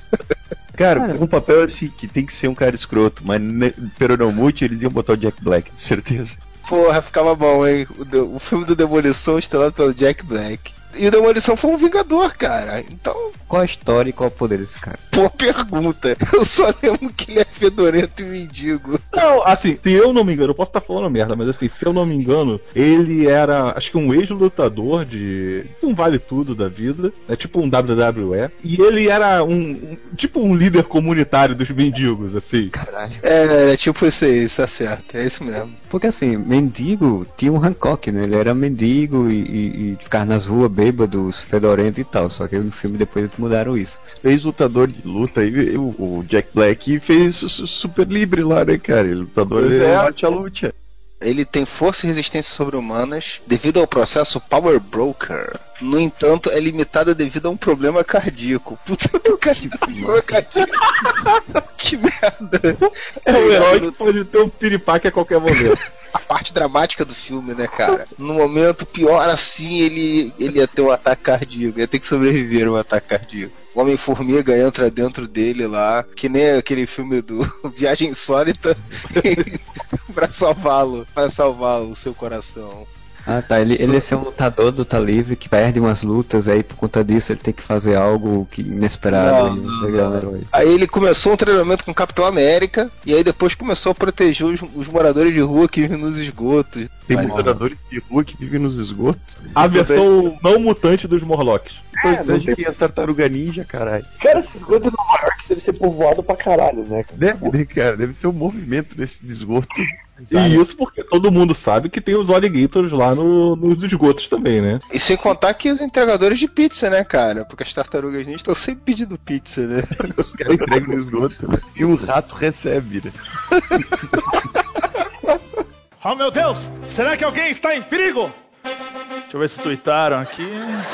Cara, um papel assim, que tem que ser um cara escroto, mas peronomute eles iam botar o Jack Black, de certeza. Porra, ficava bom, hein? O filme do Demolição estrelado pelo Jack Black. E o Demolição foi um vingador, cara. Então... Qual a história e qual o poder desse cara? Boa pergunta. Eu só lembro que ele é fedorento e mendigo. Não, assim, se eu não me engano, eu posso estar falando merda, mas assim, se eu não me engano, ele era, acho que um ex-lutador de um vale tudo da vida, é tipo um WWE, e ele era tipo um líder comunitário dos mendigos, assim. Caralho. É tipo isso aí, isso tá certo, é isso mesmo. Porque assim, mendigo tinha um Hancock, né? Ele era mendigo e ficava nas ruas bêbados, fedorento e tal, só que no filme depois eles mudaram isso. Fez lutador de luta aí, o Jack Black fez Super Libre lá, né, cara? Ele lutador de luta. Ele tem força e resistência sobre-humanas devido ao processo Power Broker. No entanto, é limitada devido a um problema cardíaco. Puta, o cara tem problema cardíaco. Que merda. É um herói que pode ter um piripaque a qualquer momento. A parte dramática do filme, né, cara? No momento pior assim, ele ia ter um ataque cardíaco. Ia ter que sobreviver a um ataque cardíaco. O Homem-Formiga entra dentro dele lá, que nem aquele filme do Viagem Insólita, pra salvá-lo, o seu coração. Ah tá, ele ia ser um lutador do Luta Livre que perde umas lutas, aí por conta disso ele tem que fazer algo que inesperado. Não. Aí ele começou um treinamento com o Capitão América, e aí depois começou a proteger os moradores de rua que vivem nos esgotos. Tem moradores de rua que vivem nos esgotos? A versão não mutante dos Morlocks. Não tem as tartaruga ninja, caralho. Cara, esse esgoto em Nova York deve ser povoado pra caralho, né? Deve, cara, deve ser um movimento nesse esgoto. E isso porque todo mundo sabe que tem os alligators lá nos esgotos também, né? E sem contar que os entregadores de pizza, né, cara? Porque as tartarugas ninja estão sempre pedindo pizza, né? Os caras entregam no esgoto, né? E o rato recebe, né? Oh meu Deus, será que alguém está em perigo? Deixa eu ver se tuitaram aqui.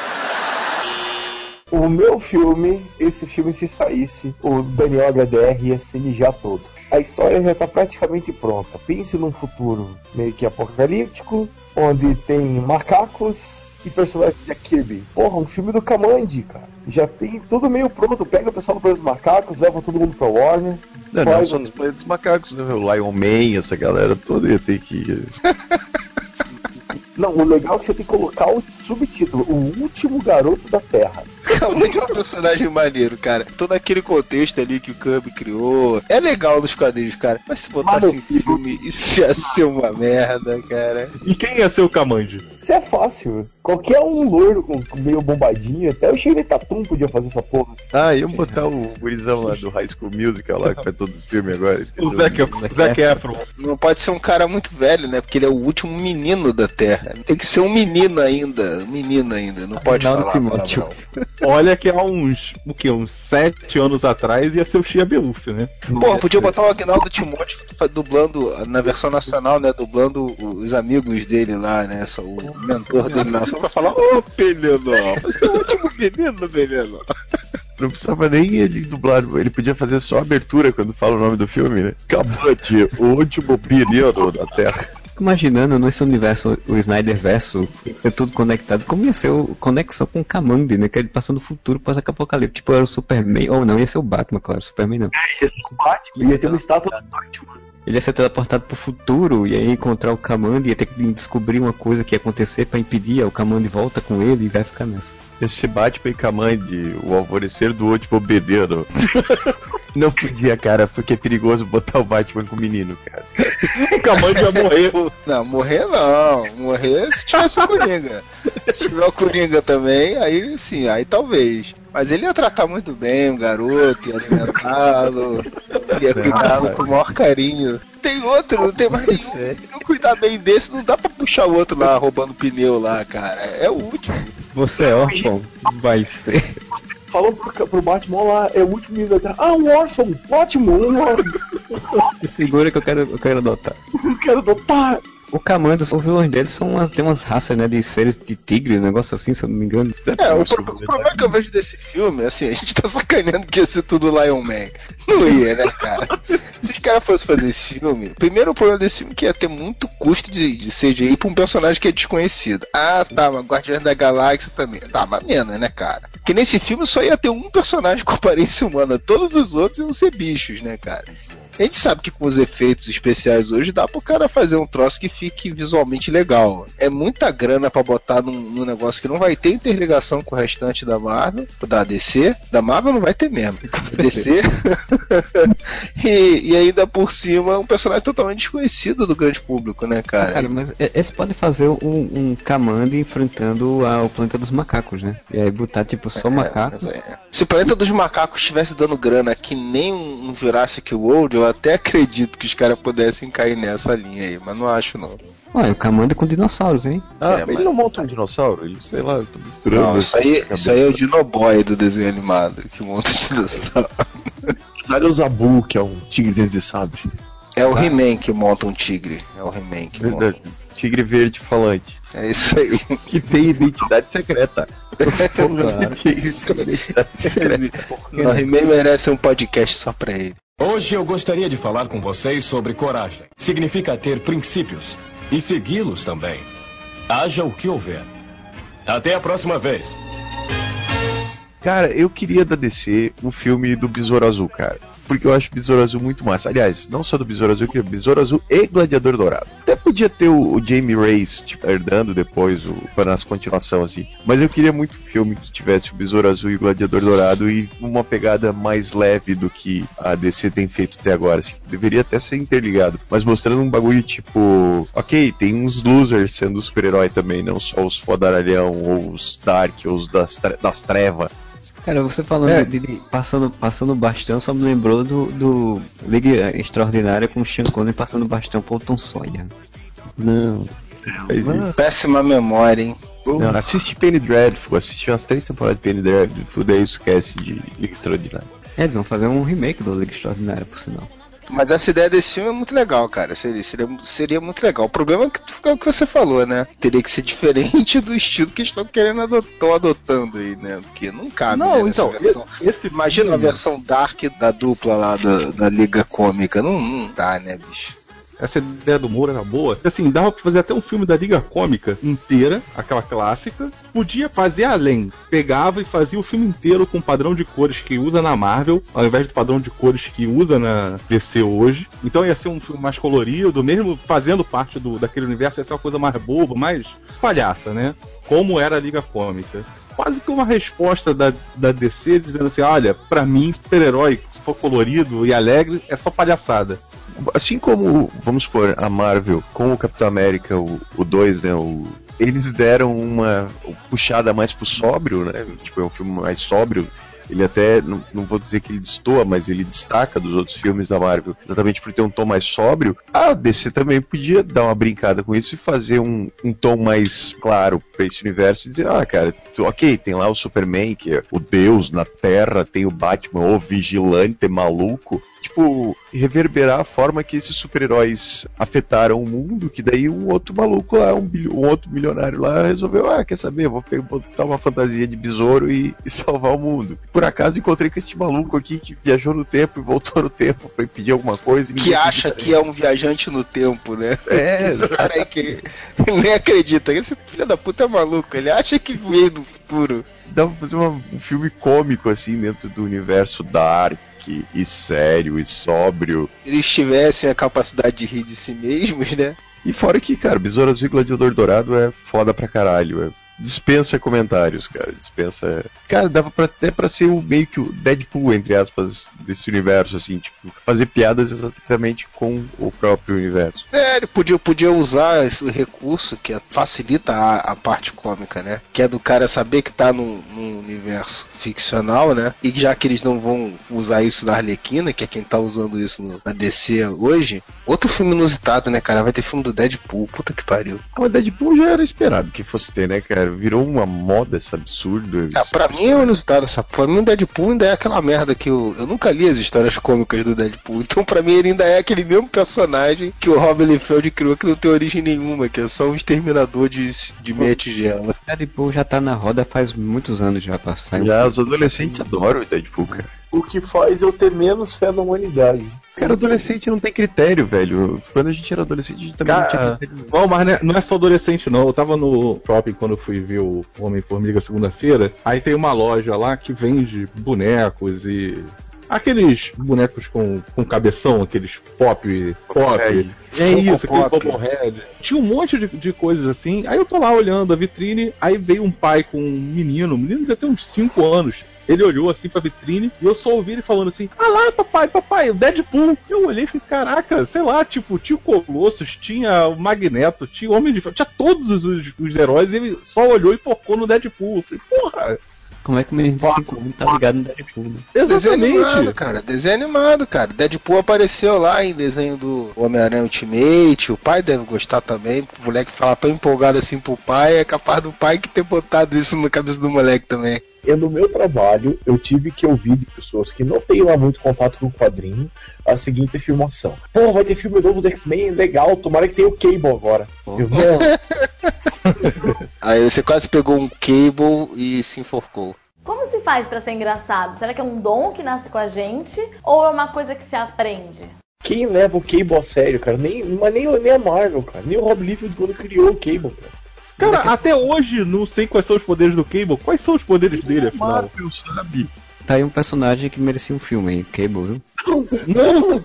O meu filme, esse filme se saísse, o Daniel HDR ia se mijar todo. A história já tá praticamente pronta. Pense num futuro meio que apocalíptico, onde tem macacos e personagens de Jack Kirby. Porra, um filme do Kamandi, cara. Já tem tudo meio pronto. Pega o pessoal do Planeta dos Macacos, leva todo mundo pra Warner. Não só dos Planetas dos Macacos, né? O Lion Man, essa galera toda ia ter que ir. Não, o legal é que você tem que colocar o subtítulo: O Último Garoto da Terra. Realmente é um personagem maneiro, cara. Todo aquele contexto ali que o Kirby criou. É legal nos quadrinhos, cara. Mas se botasse em filme, isso ia ser uma merda, cara. E quem ia ser o Kamandi? Isso é fácil. Qualquer um loiro com meio bombadinho, até o Shirley Tatum podia fazer essa porra. Ah, iam botar o gurizão lá do High School Musical lá, que faz todos os filmes agora. O Zac Efron. Não pode ser um cara muito velho, né? Porque ele é o último menino da Terra. Tem que ser um menino ainda. Não pode falar. Timóteo. Olha que há uns 7 anos atrás ia ser o Shia LaBeouf, né? Porra, podia botar o Agnaldo Timóteo dublando, na versão nacional, né? Dublando os amigos dele lá, né? Só o mentor dele lá, só pra falar: ô, Pelenó, você é o último menino, Pelenó. Não precisava nem ele dublar, ele podia fazer só a abertura quando fala o nome do filme, né? Cabante, o último menino da Terra. fico imaginando nesse universo, o Snyderverso, ser tudo conectado, como ia ser a conexão com o Kamand, né? Que ele passando no futuro pós-apocalipse. Tipo, era o Superman, ou não, ia ser o Batman, claro, o Superman não. Ia ser o Batman, ia ter uma estátua do Batman. Ele ia ser teleportado pro futuro e aí encontrar o Kamand, ia ter que descobrir uma coisa que ia acontecer pra impedir, aí o Kamand volta com ele e vai ficar nessa. Esse Batman e Kamand, o alvorecer do último bebedo. Não podia, cara, porque é perigoso botar o Batman com o menino, cara. O Kamand ia morrer. Não, morrer não. Morrer se tivesse o Coringa. Se tiver o Coringa também, aí sim, aí talvez. Mas ele ia tratar muito bem o garoto, ia alimentá-lo, ia cuidá-lo com o maior carinho. Tem outro, não tem mais nenhum. Se não cuidar bem desse, não dá pra puxar o outro lá roubando pneu lá, cara. É o último. Você é órfão? Vai ser. Falou pro Batman lá, é o último menino atrás. Ah, um órfão! Ótimo, um órfão! Segura que eu quero adotar. Eu quero adotar! O Kamand, os vilões deles tem umas raças, né, de seres de tigre, um negócio assim, se eu não me engano. O problema que eu vejo desse filme, assim, a gente tá sacaneando que ia ser tudo Lion Man. Não ia, né, cara? Se os caras fossem fazer esse filme, primeiro o problema desse filme é que ia ter muito custo de CGI pra um personagem que é desconhecido. Ah, tá, mas Guardiões da Galáxia também. Tá, mas menos, né, cara? Que nesse filme só ia ter um personagem com aparência humana, todos os outros iam ser bichos, né, cara? A gente sabe que com os efeitos especiais hoje dá pro cara fazer um troço que fique visualmente legal. É muita grana pra botar num negócio que não vai ter interligação com o restante da Marvel, da DC. Da Marvel não vai ter mesmo. DC. e ainda por cima um personagem totalmente desconhecido do grande público, né, cara? Cara, mas eles podem fazer um Kamand enfrentando o planeta dos macacos, né? E aí botar tipo só macacos. Se o planeta dos macacos estivesse dando grana que nem um Jurassic World, eu até acredito que os caras pudessem cair nessa linha aí, mas não acho não. Ué, o Kamand é com dinossauros, hein? Ele não monta um dinossauro? Ele, sei lá, eu tô misturando. Não, isso aí é o Dinoboy do desenho animado, que monta um dinossauro. Olha o Zabu, que é um tigre dentro de sabre. É o He-Man que monta um tigre. É o He-Man que monta. Verdade. Tigre verde falante. É isso aí. Que tem identidade secreta. O He-Man merece um podcast só pra ele. Hoje eu gostaria de falar com vocês sobre coragem. Significa ter princípios e segui-los também. Haja o que houver. Até a próxima vez. Cara, eu queria da DC um filme do Besouro Azul, cara. Porque eu acho o Besouro Azul muito massa. Aliás, não só do Besouro Azul, eu queria Besouro Azul e Gladiador Dourado. Até podia ter o Jamie Reyes, tipo, herdando depois, para nas continuação, assim. Mas eu queria muito um filme que tivesse o Besouro Azul e o Gladiador Dourado e uma pegada mais leve do que a DC tem feito até agora, assim. Deveria até ser interligado. Mas mostrando um bagulho tipo... Ok, tem uns losers sendo super-herói também, não só os fodaralhão, ou os dark, ou os das trevas. Cara, você falando de passando bastão, só me lembrou do Liga Extraordinária com o Sean Connery passando bastão pro Tom Sawyer. Não, faz isso. Péssima memória, hein? Não, assiste Penny Dreadful, assiste umas 3 temporadas de Penny Dreadful, daí esquece de Liga Extraordinária. Eles vão fazer um remake do Liga Extraordinária, por sinal. Mas essa ideia desse filme é muito legal, cara. Seria muito legal. O problema é o que você falou, né? Teria que ser diferente do estilo que estão querendo adotando aí, né? Porque não cabe. Não, né, então, versão. Imagina a versão Dark da dupla lá da Liga Cômica. Não dá, né, bicho? Essa ideia do Moura era boa. Assim, dava pra fazer até um filme da Liga Cômica inteira, aquela clássica. Podia fazer além. Pegava e fazia o filme inteiro com o padrão de cores que usa na Marvel, ao invés do padrão de cores que usa na DC hoje. Então ia ser um filme mais colorido, mesmo fazendo parte daquele universo, ia ser uma coisa mais boba, mais palhaça, né? Como era a Liga Cômica. Quase que uma resposta da DC dizendo assim, olha, pra mim, super-herói, se for colorido e alegre, é só palhaçada. Assim como, vamos supor, a Marvel com o Capitão América, o 2, né, eles deram uma puxada mais pro sóbrio, né, tipo, é um filme mais sóbrio. Ele até, não vou dizer que ele destoa, mas ele destaca dos outros filmes da Marvel, exatamente por ter um tom mais sóbrio. A DC também podia dar uma brincada com isso e fazer um tom mais claro pra esse universo e dizer, cara, ok, tem lá o Superman, que é o deus na Terra, tem o Batman, o vigilante maluco, tipo, reverberar a forma que esses super-heróis afetaram o mundo, que daí um outro maluco lá, um outro milionário lá resolveu, quer saber, vou botar uma fantasia de besouro e salvar o mundo. Por acaso encontrei com esse maluco aqui que viajou no tempo e voltou no tempo, foi pedir alguma coisa. E que acha que é um viajante no tempo, né? Esse cara aí que nem acredita, esse filho da puta é maluco, ele acha que veio do futuro. Dá pra fazer um filme cômico assim dentro do universo dark e sério e sóbrio. Eles tivessem a capacidade de rir de si mesmos, né? E fora que, cara, Besouro Azul e Gladiador Dourado é foda pra caralho. Dispensa comentários, cara. Dispensa. Cara, dava até pra ser meio que o Deadpool, entre aspas, desse universo, assim, tipo, fazer piadas exatamente com o próprio universo. Ele podia usar esse recurso que facilita a parte cômica, né? Que é do cara saber que tá num universo ficcional, né? E já que eles não vão usar isso na Arlequina, que é quem tá usando isso na DC hoje, outro filme inusitado, né, cara? Vai ter filme do Deadpool, puta que pariu. Mas Deadpool já era esperado que fosse ter, né, cara? Virou uma moda esse absurdo. Pra mim é inusitado essa porra. Pra mim o Deadpool ainda é aquela merda que eu nunca li as histórias cômicas do Deadpool. Então pra mim ele ainda é aquele mesmo personagem que o Rob Liefeld criou, que não tem origem nenhuma, que é só um exterminador de meia tigela. Deadpool já tá na roda faz muitos anos já passar. Já, os adolescentes adoram o Deadpool, cara. O que faz eu ter menos fé na humanidade. Cara, adolescente não tem critério, velho. Quando a gente era adolescente, a gente também não tinha critério. Não, mas não é só adolescente, não. Eu tava no shopping quando eu fui ver o Homem-Formiga segunda-feira. Aí tem uma loja lá que vende bonecos e... aqueles bonecos com cabeção, aqueles pop. É isso, aquele Bobblehead. Tinha um monte de coisas assim. Aí eu tô lá olhando a vitrine, aí veio um pai com um menino. O menino devia ter uns 5 anos. Ele olhou assim pra vitrine e eu só ouvi ele falando assim: ah lá, papai, o Deadpool. Eu olhei e falei, caraca, sei lá, tipo, tinha o Colossus, tinha o Magneto, tinha o Homem de Ferro, tinha todos os heróis e ele só olhou e focou no Deadpool. Eu falei, porra! Como é que o menino de 5 anos tá ligado no Deadpool, né? Exatamente. Desenho animado, cara. Deadpool apareceu lá em desenho do Homem-Aranha Ultimate. O pai deve gostar também. O moleque falar tão empolgado assim pro pai, é capaz do pai que ter botado isso na cabeça do moleque também. No meu trabalho, eu tive que ouvir de pessoas que não têm lá muito contato com o quadrinho a seguinte afirmação: pô, vai ter filme novo do X-Men, legal, tomara que tenha o Cable agora. Eu não. Aí você quase pegou um Cable e se enforcou. Como se faz pra ser engraçado? Será que é um dom que nasce com a gente ou é uma coisa que se aprende? Quem leva o Cable a sério, cara? Nem a Marvel, cara. Nem o Rob Liefeld quando criou o Cable, cara. Cara, até hoje não sei quais são os poderes do Cable. Quais são os poderes dele, afinal? Marvel, sabe? Tá aí um personagem que merecia um filme, hein? Cable, viu? Não!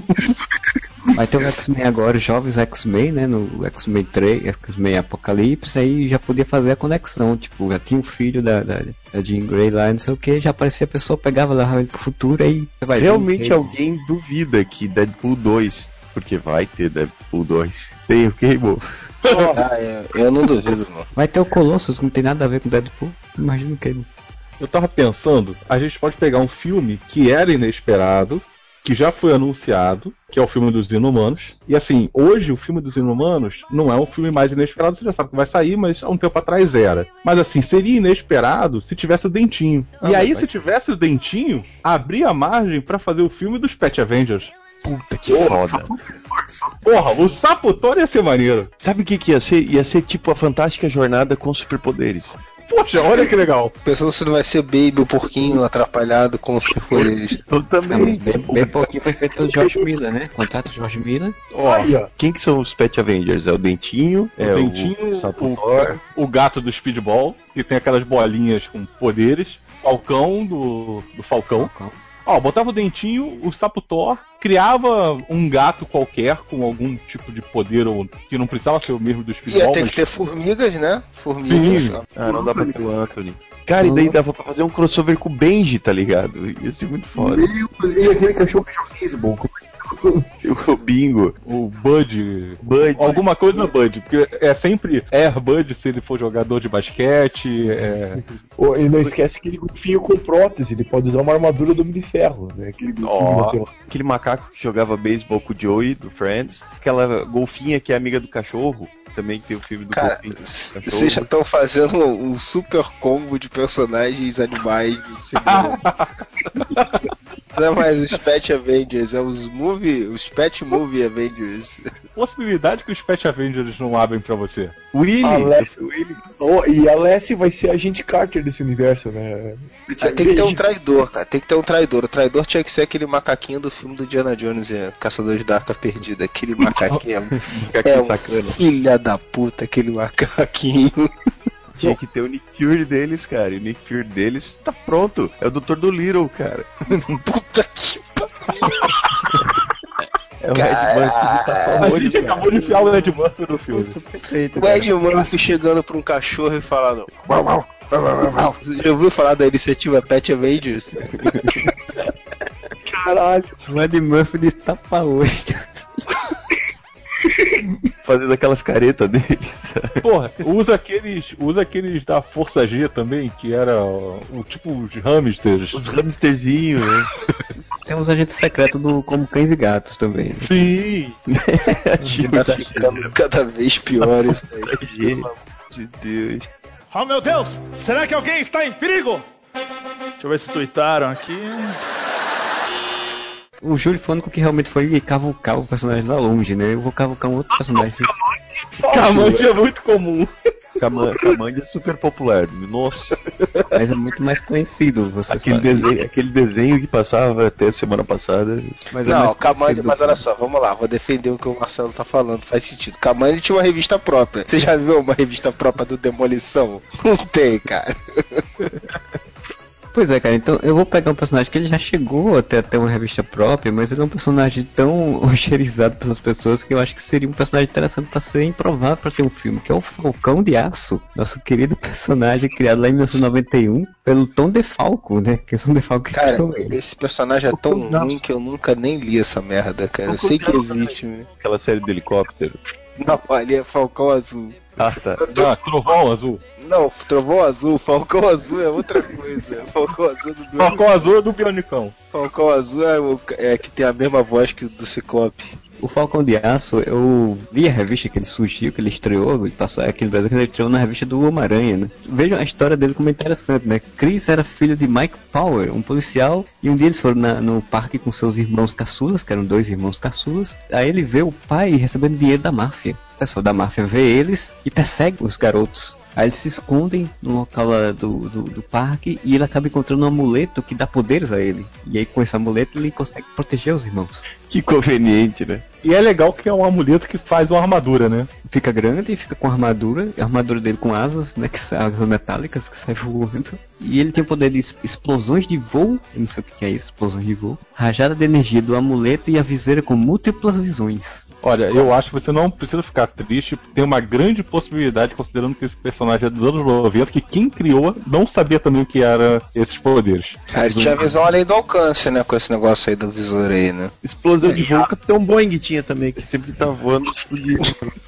Vai ter o X-Men agora, os jovens X-Men, né? No X-Men 3, X-Men Apocalipse, aí já podia fazer a conexão. Tipo, já tinha um filho da Jean Grey lá, não sei o que, já aparecia a pessoa, pegava lá pro futuro, aí vai realmente alguém duvida que Deadpool 2, porque vai ter Deadpool 2, tem o Cable. Nossa, eu não duvido, não. Vai ter o Colossus, não tem nada a ver com Deadpool. Imagina o Cable. Eu tava pensando, a gente pode pegar um filme que era inesperado, que já foi anunciado, que é o filme dos Inumanos. E assim, hoje o filme dos Inumanos não é um filme mais inesperado, você já sabe que vai sair, mas há um tempo atrás era. Mas assim, seria inesperado se tivesse o Dentinho. E aí, se tivesse o Dentinho, abria a margem pra fazer o filme dos Pet Avengers. Puta que foda. Porra, o Sapo-Thor ia ser maneiro. Sabe o que ia ser? Ia ser tipo a Fantástica Jornada com superpoderes. Poxa, olha que legal. Pensando se não vai ser Baby, o porquinho atrapalhado com os superpoderes. Eu também. Bem pouquinho foi feito pelo George Miller, né? Contato George Miller. Olha, quem que são os Pet Avengers? É o Dentinho, o Sapo-Thor, o gato do Speedball, que tem aquelas bolinhas com poderes, Falcão do Falcão. Ó, botava o Dentinho, o Sapo-Thor, criava um gato qualquer com algum tipo de poder que não precisava ser o mesmo do Speedball. Ia ter que ter formigas, né? Formigas. Não dá pra ter o Anthony. Cara, e daí dava pra fazer um crossover com o Benji, tá ligado? Ia ser muito foda. E aquele cachorro que joga beisebol. O Bingo. O Bud. Alguma coisa Bud. Porque é sempre Air Bud se ele for jogador de basquete. E não esquece aquele golfinho com prótese. Ele pode usar uma armadura do Homem de Ferro, né? Aquele macaco que jogava beisebol com o Joey, do Friends. Aquela golfinha que é amiga do cachorro. Também tem o filme do golfinho. Vocês já estão fazendo um super combo de personagens animais no cinema. Não é mais os Pet Avengers, é os Pet Movie Avengers. Possibilidade que os Pet Avengers não abrem pra você. Willy. Oh, e a Lessie vai ser a agente Carter desse universo, né? Tem que ter um traidor, cara. Tem que ter um traidor. O traidor tinha que ser aquele macaquinho do filme do Indiana Jones, Caçadores da Arca Perdida. Aquele macaquinho. É sacana. Filha da puta, aquele macaquinho. Tinha que ter o Nick Fury deles, cara. E o Nick Fury deles tá pronto. É o Dr. Dolittle, cara. Puta que pariu. É o Ed Murphy, tá A famoso, gente cara. acabou de enfiar o Ed Murphy no filme. O Ed Murphy chegando pra um cachorro e falando... Você já ouviu falar da iniciativa Pet Avengers? Caralho. O Ed Murphy de tapa-olho. Fazendo aquelas caretas dele, sabe? Porra, usa aqueles da Força G também, que era tipo os hamsters. Os hamsterzinhos, né? Tem uns agentes secretos como cães e gatos também. Sim! Tá ficando cada vez pior isso aí. Pelo amor de Deus. Oh meu Deus, será que alguém está em perigo? Deixa eu ver se tuitaram aqui. O Júlio falando que realmente foi cavucar o personagem lá longe, né? Eu vou cavucar um outro personagem. Camante é muito comum. Camante é super popular. Nossa. Mas é muito mais conhecido, vocês Aquele desenho que passava até semana passada. Mas é não, mais Kamandi, conhecido. mas olha só, vamos lá, vou defender o que o Marcelo tá falando, faz sentido. Kamandi tinha uma revista própria. Você já viu uma revista própria do Demolição? Não tem, cara. Pois é, cara, então eu vou pegar um personagem que ele já chegou até ter uma revista própria, mas ele é um personagem tão roteirizado pelas pessoas que eu acho que seria um personagem interessante pra ser improvável pra ter um filme, que é o Falcão de Aço, nosso querido personagem criado lá em 1991 pelo Tom DeFalco, né? Que é o Tom DeFalco. Cara, esse personagem é tão ruim que eu nunca nem li essa merda, cara. Eu sei que existe, né? Aquela série do helicóptero. Não, ali é Falcão Azul. Ah, tá. Ah, Trovão Azul. Não, Trovão Azul, Falcão Azul é outra coisa. Falcão Azul do Bionicão. Falcão Azul é do Bionicão. Falcão Azul é que tem a mesma voz que o do Ciclope. O Falcão de Aço, eu vi a revista que ele surgiu, que ele estreou, e passou aqui no Brasil, que ele estreou na revista do Homem-Aranha, né? Vejam a história dele como é interessante, né? Chris era filho de Mike Power, um policial, e um dia eles foram no parque com seus irmãos caçulas, que eram 2 irmãos caçulas. Aí ele vê o pai recebendo dinheiro da máfia. O pessoal da máfia vê eles e persegue os garotos. Aí eles se escondem no local lá do parque e ele acaba encontrando um amuleto que dá poderes a ele. E aí com esse amuleto ele consegue proteger os irmãos. Que conveniente, né? E é legal que é um amuleto que faz uma armadura, né? Fica grande, fica com armadura, a armadura dele com asas, né, que são asas metálicas que saem voando. E ele tem o poder de explosões de voo, eu não sei o que é isso, explosões de voo. Rajada de energia do amuleto e a viseira com múltiplas visões. Olha, eu acho que você não precisa ficar triste, tem uma grande possibilidade, considerando que esse personagem é dos anos 90, que quem criou não sabia também o que eram esses poderes. Ele tinha visão além do alcance, né, com esse negócio aí do visor aí, né? Explosão de voo, Capitão Boeing tinha também, que sempre tá voando explodir.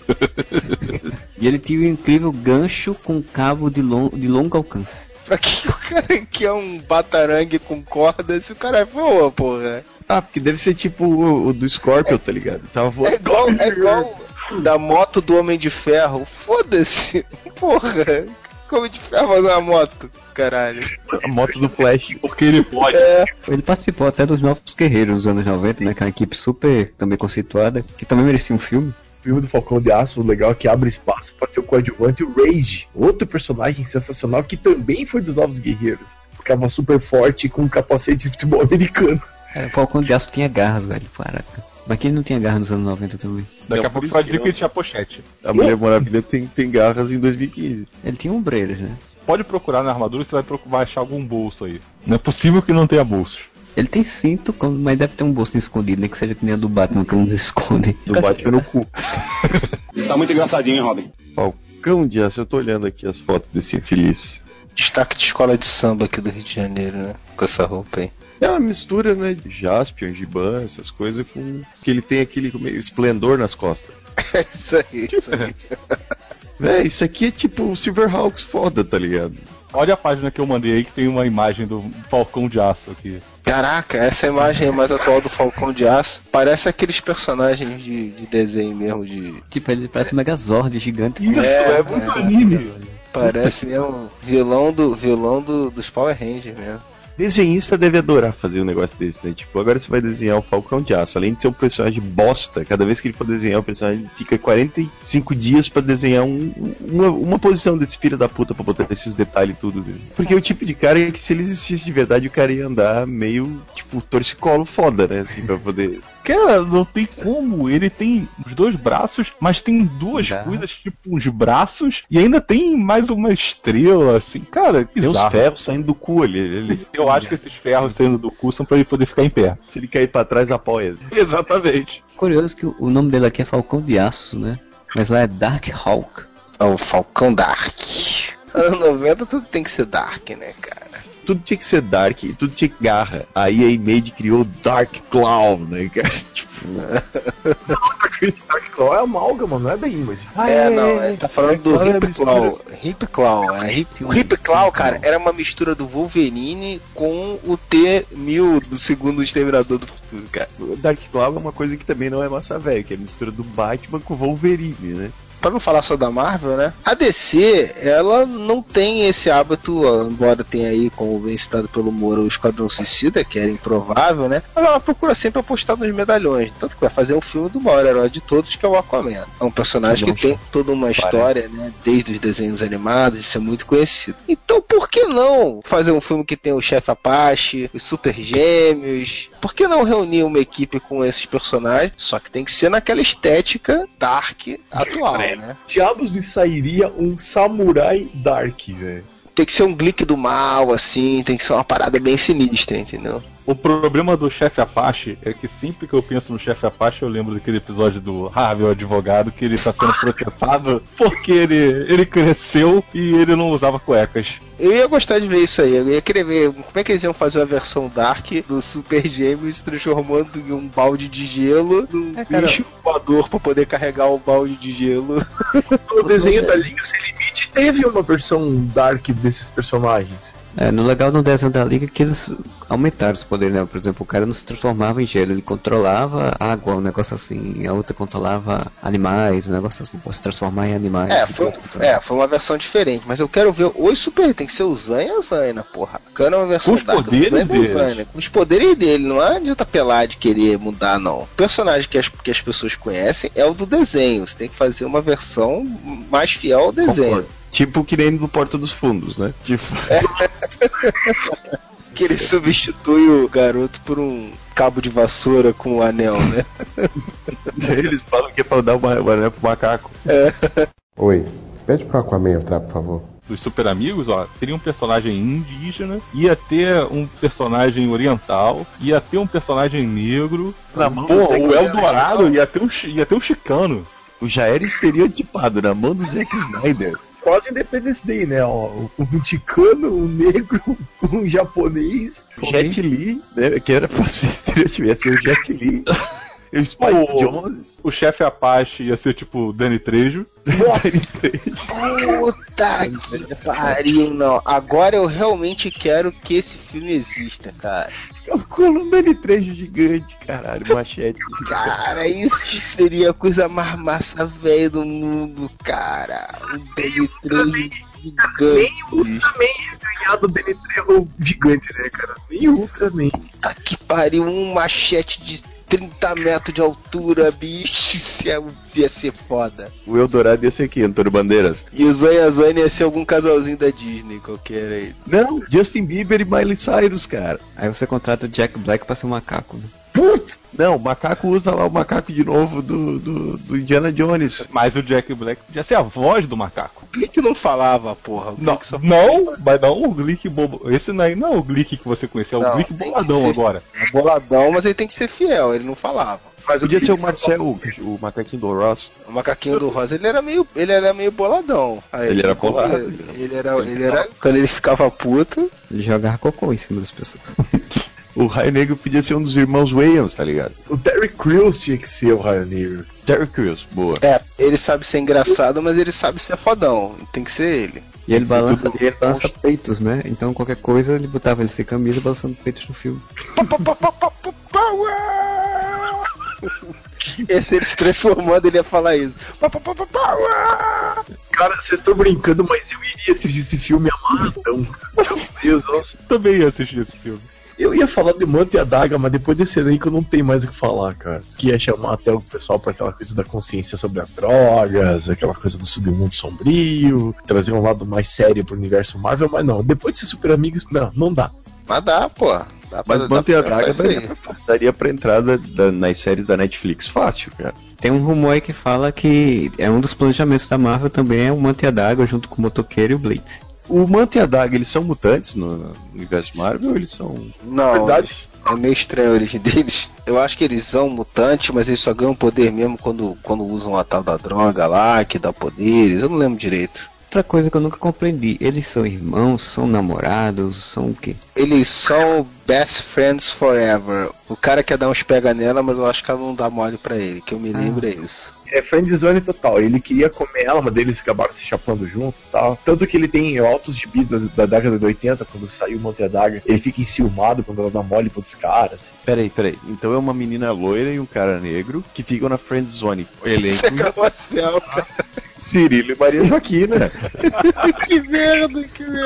E ele tinha um incrível gancho com cabo de longo alcance. Pra que o cara quer um batarangue com corda se o cara voa, porra? Ah, porque deve ser tipo o do Scorpion, tá ligado? Tava voando. É igual da moto do Homem de Ferro. Foda-se, porra. Homem de Ferro faz uma moto, caralho. A moto do Flash. Porque ele pode. Ele participou até dos Novos Guerreiros nos anos 90, né? Que é uma equipe super também conceituada, que também merecia um filme. O filme do Falcão de Aço, o legal é que abre espaço para ter o coadjuvante, o Rage, outro personagem sensacional que também foi dos Novos Guerreiros. Ficava super forte com um capacete de futebol americano. O Falcão de Aço tinha garras, velho, caraca. Mas que ele não tinha garras nos anos 90 também. Daqui a pouco você vai dizer que ele tinha pochete. A Mulher Maravilha tem garras em 2015. Ele tinha ombreiras, né? Pode procurar na armadura e você vai achar algum bolso aí. Não é possível que não tenha bolsos. Ele tem cinto, mas deve ter um bolso escondido, nem que seja que nem a do Batman, que não se esconde. Do Batman no cu. Tá muito engraçadinho, hein, Robin? Falcão de Aço, eu tô olhando aqui as fotos desse infeliz. Destaque de escola de samba aqui do Rio de Janeiro, né? Com essa roupa aí. É uma mistura, né, de Jaspion, Giban, essas coisas, com que ele tem aquele esplendor nas costas. É isso aí, isso aí. Véi, isso aqui é tipo o Silverhawks foda, tá ligado? Olha a página que eu mandei aí que tem uma imagem do Falcão de Aço aqui. Caraca, essa imagem é mais atual do Falcão de Aço. Parece aqueles personagens de desenho mesmo de... Tipo, ele parece um Megazord gigante. Isso, é muito anime. Parece mesmo vilão dos Power Rangers mesmo. Desenhista deve adorar fazer um negócio desse, né? Tipo, agora você vai desenhar o Falcão de Aço. Além de ser um personagem bosta, cada vez que ele for desenhar o personagem, ele fica 45 dias pra desenhar uma posição desse filho da puta pra botar esses detalhes e tudo. Porque o tipo de cara é que se ele existisse de verdade, o cara ia andar meio, tipo, torcicolo foda, né? Assim, pra poder... Cara, não tem como. Ele tem os 2 braços, mas tem 2 coisas, tipo, uns braços, e ainda tem mais uma estrela, assim. Cara, tem uns ferros saindo do cu ali. Eu acho que esses ferros saindo do cu são pra ele poder ficar em pé. Se ele cair pra trás, apoia. Exatamente. Curioso que o nome dele aqui é Falcão de Aço, né? Mas lá é Dark Hawk. É o Falcão Dark. Anos 90 tudo tem que ser Dark, né, cara? Tudo tinha que ser Dark e tudo tinha que garra. Aí a Image criou Dark Claw, né, cara? Tipo... Dark Claw é amálgama, não é da Image. Ele tá falando do Hip Claw. Hip Claw, o Hip Claw, cara, era uma mistura do Wolverine com o T-1000 do segundo Exterminador do Futuro, cara. O Dark Claw é uma coisa que também não é massa velha, que é a mistura do Batman com o Wolverine, né? Pra não falar só da Marvel, né? A DC, ela não tem esse hábito, embora tenha aí, como bem citado pelo Moro, o Esquadrão Suicida, que era improvável, né? Mas ela procura sempre apostar nos medalhões. Tanto que vai fazer um filme do maior herói de todos, que é o Aquaman. É um personagem que tem toda uma história, né? Desde os desenhos animados, isso é muito conhecido. Então, por que não fazer um filme que tem o Chefe Apache, os Super Gêmeos? Por que não reunir uma equipe com esses personagens? Só que tem que ser naquela estética dark atual, né? Diabos me sairia um samurai dark, velho. Tem que ser um Glick do mal, assim, tem que ser uma parada bem sinistra, entendeu? O problema do Chefe Apache é que sempre que eu penso no Chefe Apache eu lembro daquele episódio do Harvey, o advogado, que ele tá sendo processado porque ele cresceu e ele não usava cuecas. Eu ia gostar de ver isso aí, eu ia querer ver como é que eles iam fazer uma versão Dark do Super Gêmeos se transformando em um balde de gelo num bicho voador pra poder carregar o balde de gelo. O desenho da Liga Sem Limite teve uma versão Dark desses personagens. No legal no desenho da Liga é que eles aumentaram os poderes, né? Por exemplo, o cara não se transformava em gelo, ele controlava água, um negócio assim, a outra controlava animais, um negócio assim, pode se transformar em animais. Foi uma versão diferente, mas eu quero ver os Super, tem que ser o Zan e a Zaina, porra. Quero uma versão com os poderes dele. Com os poderes dele, não adianta pelar de querer mudar, não. O personagem que as pessoas conhecem é o do desenho, você tem que fazer uma versão mais fiel ao desenho. Concordo. Tipo que nem no Porta dos Fundos, né? Tipo... Que ele substitui o garoto por um cabo de vassoura com um anel, né? Eles falam que é pra dar o anel pro macaco. Oi, pede pro Aquaman entrar, por favor. Dos Super Amigos, ó, teria um personagem indígena, ia ter um personagem oriental, ia ter um personagem negro, o Eldorado ia ter um chicano. O já era estereotipado na mão do Zack Snyder. Quase Independence Day, né? Um ticano, um negro, um japonês. Jet Li, né? Que era pra ser estereotipado, ia ser o Jet Li. O Spike Jonze. O Chefe Apache ia ser tipo Danny Trejo. Nossa! Puta que pariu, não. Agora eu realmente quero que esse filme exista, cara. Calcula um Danny Trejo gigante, caralho, machete. Cara, isso seria a coisa mais massa velha do mundo, cara. Um Danny Trejo gigante. Nem o Ultraman ia ganhar do Danny Trejo gigante, né, cara? Nem o Ultraman. Tá que pariu, um machete de 30 metros de altura, bicho, ia ser foda. O Eldorado ia ser aqui, Antônio Bandeiras. E o Zanha ia ser algum casalzinho da Disney, qualquer aí. Não, Justin Bieber e Miley Cyrus, cara. Aí você contrata o Jack Black pra ser um macaco, né? Putz! Não, o macaco usa lá o macaco de novo do Indiana Jones. Mas o Jack Black podia ser a voz do macaco. O Glick não falava, porra. Mas não o Glick bobo. Esse não é o Glick que você conheceu, é o Glick boladão agora. É boladão, mas ele tem que ser fiel, ele não falava. Mas podia ser o Marcel, o macaquinho do Ross. O macaquinho do Ross, ele era meio boladão. Aí ele era bolado. Ele era quando ele ficava puto, ele jogava cocô em cima das pessoas. O Raio Negro podia ser um dos irmãos Wayans, tá ligado? O Terry Crews tinha que ser o Raio Negro. Terry Crews, boa. Ele sabe ser engraçado, mas ele sabe ser fodão. Tem que ser ele. E ele balança peitos, né? Então qualquer coisa ele botava ele sem camisa balançando peitos no filme. Esse ele se transformando, ele ia falar isso. Cara, vocês estão brincando, mas eu iria assistir esse filme amarradão. Meu Deus, nossa. Também ia assistir esse filme. Eu ia falar de Manto e Adaga, mas depois desse elenco eu não tenho mais o que falar, cara. Que ia chamar até o pessoal pra aquela coisa da consciência sobre as drogas, aquela coisa do submundo sombrio, trazer um lado mais sério pro universo Marvel, mas não, depois de ser Super Amigos, não dá. Mas dá, pô. Mas Manto e Adaga daria pra entrada nas séries da Netflix fácil, cara. Tem um rumor aí que fala que é um dos planejamentos da Marvel também é o Manto e Adaga junto com o Motoqueiro e o Blitz. O Manto e a Adaga, eles são mutantes no universo Marvel ou eles são... Não, verdade. É meio estranho a origem deles. Eu acho que eles são mutantes, mas eles só ganham poder mesmo quando usam a tal da droga lá, que dá poderes. Eu não lembro direito. Outra coisa que eu nunca compreendi, eles são irmãos, são namorados, são o quê? Eles são best friends forever. O cara quer dar uns pega nela, mas eu acho que ela não dá mole pra ele, que eu me lembro é isso. É friendzone total, ele queria comer ela, mas eles acabaram se chapando junto e tal. Tanto que ele tem altos gibis da década de 80, quando saiu o Manto e Adaga, ele fica enciumado quando ela dá mole pra outros caras. Peraí. Então é uma menina loira e um cara negro que ficam na friendzone. Isso é carrossel, cara. Cirilo e Maria Joaquina. Que merda.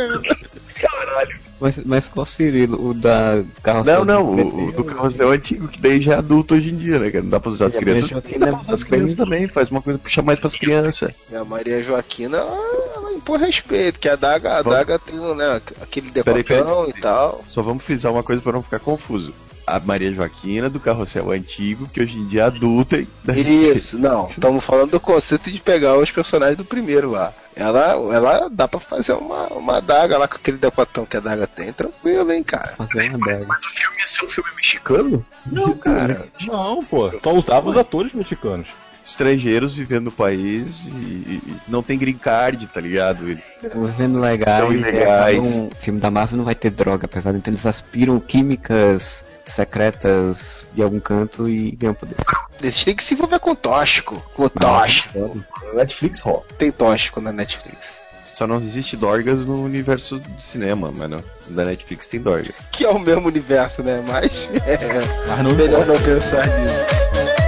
Caralho. Mas qual Cirilo? O da Carrossel? Não, o do Carrossel antigo, que daí já é adulto hoje em dia, né? Que não dá pra usar as crianças. Dá pra usar as crianças também, faz uma coisa puxar mais pras crianças. E a Maria Joaquina, ela impõe respeito, que a Adaga tem né, aquele decotão e tal. Só vamos frisar uma coisa pra não ficar confuso. A Maria Joaquina do Carrossel antigo, que hoje em dia é adulta. Isso, não. Estamos falando do conceito de pegar os personagens do primeiro lá. Ela dá pra fazer uma adaga lá com aquele decotão que a adaga tem, tranquilo, hein, cara. Fazer uma adaga. Mas o filme ia ser um filme mexicano? Não, cara. Não, pô. Só usava os atores mexicanos. Estrangeiros vivendo no país e não tem green card, tá ligado? Eles estão vivendo legais. O filme da Marvel não vai ter droga, apesar de eles aspiram químicas secretas de algum canto e ganham poder. Eles têm que se envolver com tóxico. Com tóxico. Netflix rola. Tem tóxico na Netflix. Só não existe dorgas no universo do cinema, mano. Da Netflix tem dorgas. Que é o mesmo universo, né? Mas não melhor não pensar nisso.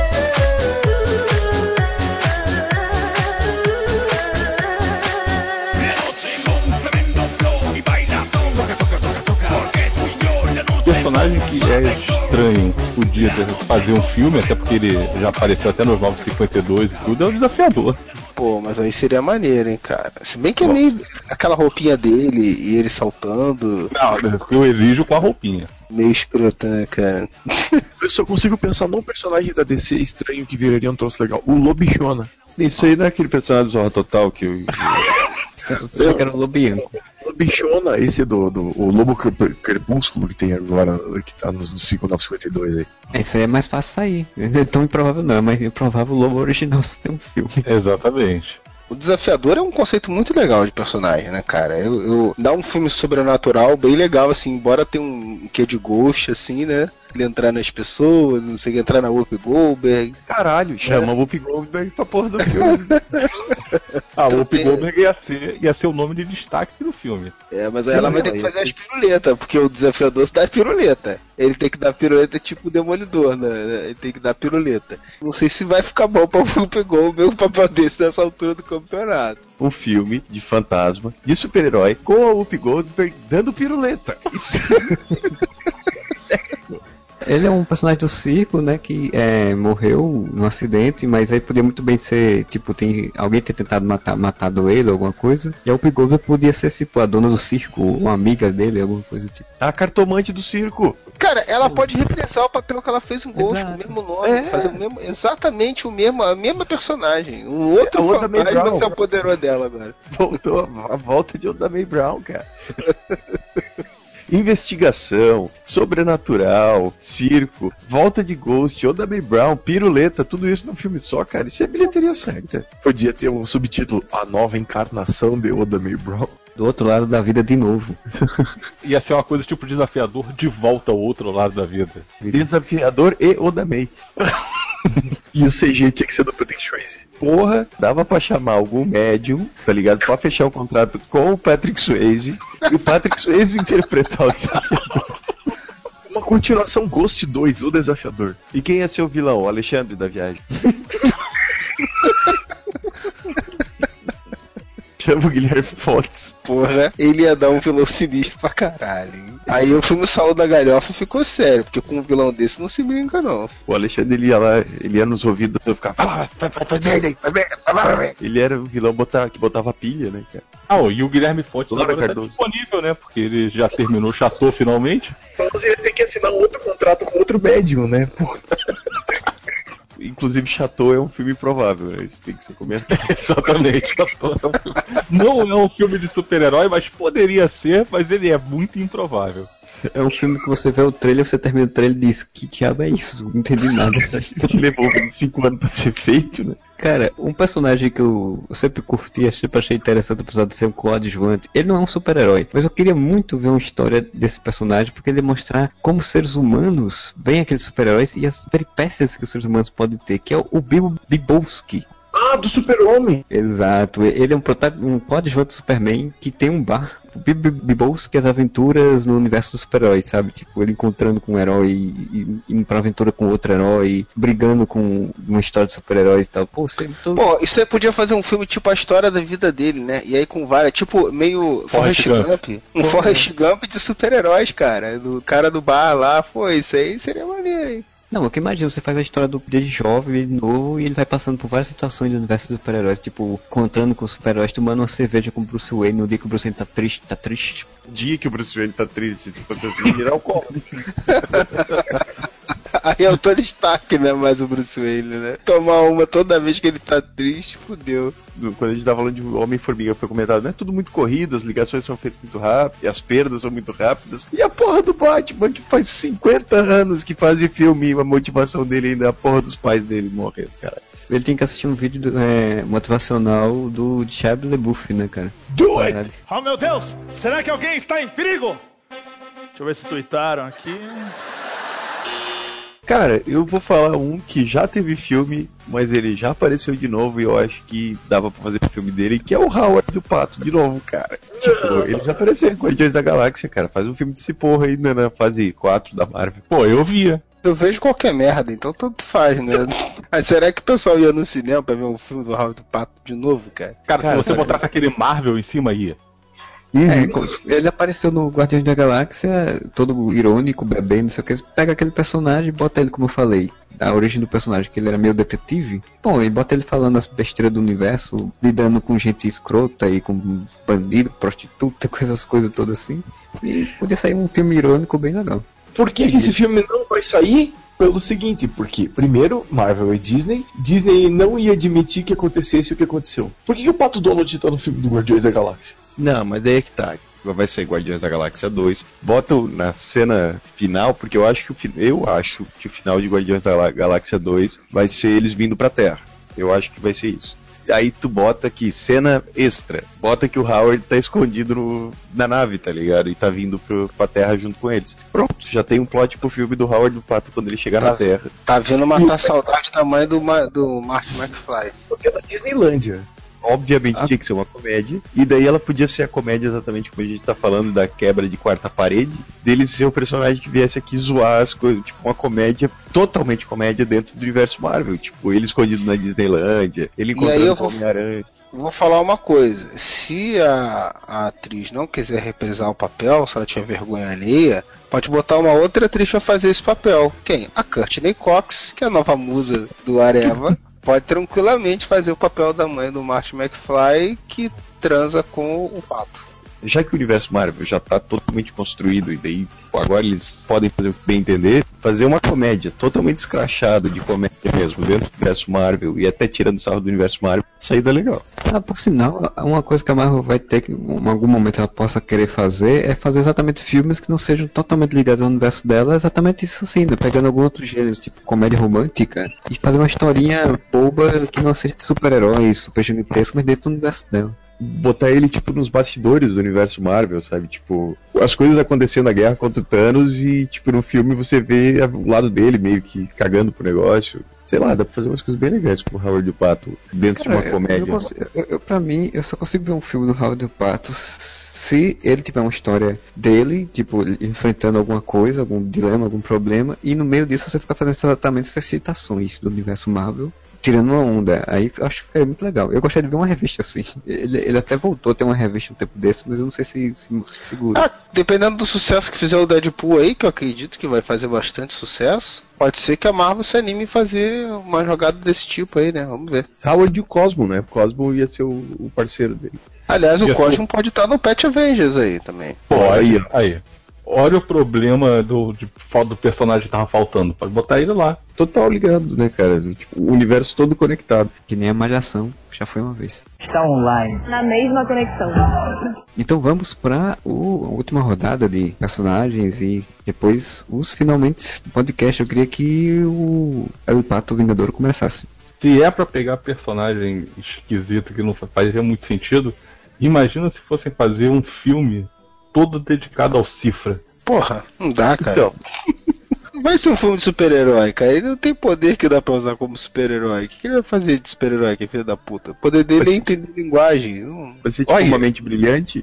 Personagem que é estranho podia fazer um filme, até porque ele já apareceu até nos 952 e tudo, é o Desafiador. Pô, mas aí seria maneiro, hein, cara. Se bem que é meio aquela roupinha dele e ele saltando. Não, eu exijo com a roupinha. Meio escroto, né, cara? Eu só consigo pensar num personagem da DC estranho que viraria um troço legal. O Lobichona. Isso aí não é aquele personagem do Zorra Total que eu... Só que era o Lobianco. Lobichona, esse o Lobo Crepúsculo que tem agora, que tá nos 5952 aí. Isso aí é mais fácil sair. Não é tão improvável não, mas improvável o Lobo original se tem um filme. Exatamente. O Desafiador é um conceito muito legal de personagem, né, cara? Dá um filme sobrenatural bem legal, assim, embora tenha um quê de ghost, assim, né? Ele entrar nas pessoas, não sei, entrar na Whoopi Goldberg. Caralho, chama Whoopi Goldberg pra porra do filme. A Whoopi Goldberg ia ser o nome de destaque do filme. É, mas aí ela vai ter que fazer as piruletas, porque o Desafiador dá piruleta. Ele tem que dar piruleta tipo o Demolidor, né? Ele tem que dar piruleta. Não sei se vai ficar bom pra Whoopi Goldberg um papel desse nessa altura do campeonato. Um filme de fantasma, de super-herói, com a Whoopi Goldberg dando piruleta. Isso. Ele é um personagem do circo, né, que morreu num acidente, mas aí podia muito bem ser, tipo, tem alguém ter tentado matado ele, alguma coisa, e a Whoopi Goldberg podia ser, tipo, a dona do circo, uma amiga dele, alguma coisa do tipo. A cartomante do circo. Cara, ela pode reprisar o papel que ela fez em Ghost, com o mesmo nome, fazer exatamente a mesma personagem. Um outro fantasma se apoderou dela agora. Voltou a volta de Oda Mae Brown, cara. Investigação, sobrenatural, circo, volta de Ghost, Oda Mae Brown, piruleta, tudo isso num filme só, cara. Isso é bilheteria certa. Podia ter um subtítulo: A Nova Encarnação de Oda Mae Brown. Do outro lado da vida de novo. Ia ser uma coisa tipo Desafiador de volta ao outro lado da vida. Desafiador e Oda Mae. E o CG tinha que ser do Patrick Swayze. Porra, dava pra chamar algum médium, tá ligado? Pra fechar um contrato com o Patrick Swayze e o Patrick Swayze interpretar o Desafiador. Uma continuação Ghost 2, o Desafiador. E quem ia ser o vilão? O Alexandre da Viagem. Chama o Guilherme Fontes. Porra, ele ia dar um vilão sinistro pra caralho, hein? Aí o filme saiu da galhofa e ficou sério, porque com um vilão desse não se brinca, não. O Alexandre, ele ia lá, ele ia nos ouvidos e ficava, faz merda aí, faz merda. Ele era o vilão que botava pilha, né, cara? E o Guilherme Fontes agora tá disponível, né? Porque ele já terminou o Chateau finalmente. Mas ia ter que assinar um outro contrato com outro médium, né? Inclusive, Chateau é um filme improvável, né? Isso tem que ser comentado. Exatamente, Chateau é um filme... Não é um filme de super-herói, mas poderia ser, mas ele é muito improvável. É um filme que você vê o trailer, você termina o trailer e diz, que diabo é isso? Não entendi nada. Levou 25 anos pra ser feito, né? Cara, um personagem que eu sempre curti, sempre achei interessante, apesar de ser um coadjuvante. Ele não é um super-herói, mas eu queria muito ver uma história desse personagem, porque ele ia mostrar como seres humanos veem aqueles super-heróis e as peripécias que os seres humanos podem ter, que é o Bill Bibowski. Ah, do Super-Homem! Exato, ele é um coadjuvante do Superman que tem um bar, o Bibowski, as aventuras no universo dos super-heróis, sabe? Tipo, ele encontrando com um herói e indo pra aventura com outro herói, brigando com uma história de super-heróis e tal. Pô, isso aí podia fazer um filme tipo a história da vida dele, né? E aí com várias, tipo, meio Forrest Gump. Um Forrest Gump de super-heróis, cara. Do cara do bar lá, isso aí seria maneiro, hein? Não, eu que imagino, você faz a história dele jovem, novo, e ele vai passando por várias situações do universo dos super-heróis, tipo, encontrando com os super-heróis, tomando uma cerveja com o Bruce Wayne no dia que o Bruce Wayne tá triste. O dia que o Bruce Wayne tá triste, se fosse assim, virar o copo. Aí é o Tony Stark, né? Mais o Bruce Wayne, né? Tomar uma toda vez que ele tá triste, fudeu. Quando a gente tava falando de Homem-Formiga, foi comentado, né? Tudo muito corrido, as ligações são feitas muito rápido, e as perdas são muito rápidas. E a porra do Batman, que faz 50 anos que faz filme, a motivação dele ainda é a porra dos pais dele morrendo, cara. Ele tem que assistir um vídeo motivacional do Shia LaBeouf, né, cara? Do it! Oh, meu Deus! Será que alguém está em perigo? Deixa eu ver se tuitaram aqui. Cara, eu vou falar um que já teve filme, mas ele já apareceu de novo e eu acho que dava pra fazer o filme dele, que é o Howard do Pato, de novo, cara. Tipo, ele já apareceu em Guardiões da Galáxia, cara. Faz um filme desse porra aí na fase 4 da Marvel. Pô, eu via. Eu vejo qualquer merda, então tanto faz, né? Mas será que o pessoal ia no cinema pra ver um filme do Howard do Pato de novo, cara? Cara, se você botasse aquele Marvel em cima, ia. Ele apareceu no Guardiões da Galáxia, todo irônico, bebendo, não sei o que. Pega aquele personagem e bota ele, como eu falei, a origem do personagem, que ele era meio detetive. Pô, e bota ele falando as besteiras do universo, lidando com gente escrota e com bandido, prostituta, com essas coisas todas assim. E podia sair um filme irônico bem legal. Por que esse filme não vai sair? Pelo seguinte, porque, primeiro, Marvel e Disney não ia admitir que acontecesse o que aconteceu. Por que o Pato Donald tá no filme do Guardiões da Galáxia? Não, mas daí é que tá. Vai ser Guardiões da Galáxia 2. Boto na cena final, porque eu acho que o final de Guardiões da Galáxia 2 vai ser eles vindo pra Terra. Eu acho que vai ser isso. Aí tu bota aqui, cena extra. Bota que o Howard tá escondido na nave, tá ligado? E tá vindo pra Terra junto com eles. Pronto, já tem um plot pro filme do Howard do Pato quando ele chegar na Terra. Tá vindo matar a saudade da mãe do Martin McFly. Porque é da Disneylândia. Obviamente tinha que ser uma comédia. E daí ela podia ser a comédia exatamente como a gente tá falando da quebra de quarta parede. Dele ser o personagem que viesse aqui zoar as coisas. Tipo, uma comédia, totalmente comédia dentro do universo Marvel. Tipo, ele escondido na Disneylândia, ele encontrando o Homem-Aranha. Vou falar uma coisa. Se a atriz não quiser reprisar o papel, se ela tiver vergonha alheia, pode botar uma outra atriz pra fazer esse papel. Quem? A Courtney Cox, que é a nova musa do Areva. Pode tranquilamente fazer o papel da mãe do Martin McFly que transa com o Pato. Já que o universo Marvel já está totalmente construído e daí agora eles podem fazer o que bem entender, fazer uma comédia totalmente escrachada de comédia mesmo dentro do universo Marvel e até tirando sarro do universo Marvel, saída legal. Por sinal, uma coisa que a Marvel vai ter que em algum momento ela possa querer fazer é fazer exatamente filmes que não sejam totalmente ligados ao universo dela, exatamente isso assim, né? Pegando alguns outros gêneros, tipo comédia romântica, e fazer uma historinha boba que não seja de super-heróis, super gigantesco, mas dentro do universo dela. Botar ele, tipo, nos bastidores do universo Marvel, sabe? Tipo, as coisas acontecendo na guerra contra o Thanos e, tipo, no filme você vê o lado dele meio que cagando pro negócio. Sei lá, dá pra fazer umas coisas bem legais com o Howard do Pato dentro de uma comédia. Pra mim, eu só consigo ver um filme do Howard do Pato se ele tiver uma história dele, tipo, enfrentando alguma coisa, algum dilema, algum problema, e no meio disso você fica fazendo exatamente essas citações do universo Marvel, tirando uma onda. Aí eu acho que ficaria muito legal. Eu gostaria de ver uma revista assim. Ele até voltou a ter uma revista um tempo desse, mas eu não sei se segura. Dependendo do sucesso que fizer o Deadpool aí, que eu acredito que vai fazer bastante sucesso, pode ser que a Marvel se anime em fazer uma jogada desse tipo aí, né? Vamos ver. Howard e o Cosmo, né? O Cosmo ia ser o parceiro dele. Aliás, o Cosmo pode estar no Pet Avengers aí também. Pode, aí. Olha o problema do personagem que tava faltando. Pode botar ele lá. Total ligado, né, cara? Tipo, o universo todo conectado. Que nem a Malhação, já foi uma vez. Está online. Na mesma conexão. Então vamos pra a última rodada de personagens e depois os finalmente do podcast. Eu queria que o El Pato Vingador começasse. Se é pra pegar personagem esquisito que não faz muito sentido, imagina se fossem fazer um filme todo dedicado ao Cifra. Porra, não dá, cara. Então. Não vai ser um filme de super-herói, cara. Ele não tem poder que dá pra usar como super-herói. O que ele vai fazer de super-herói, que é filho da puta? O poder dele é entender linguagem. Vai ser tipo uma mente brilhante?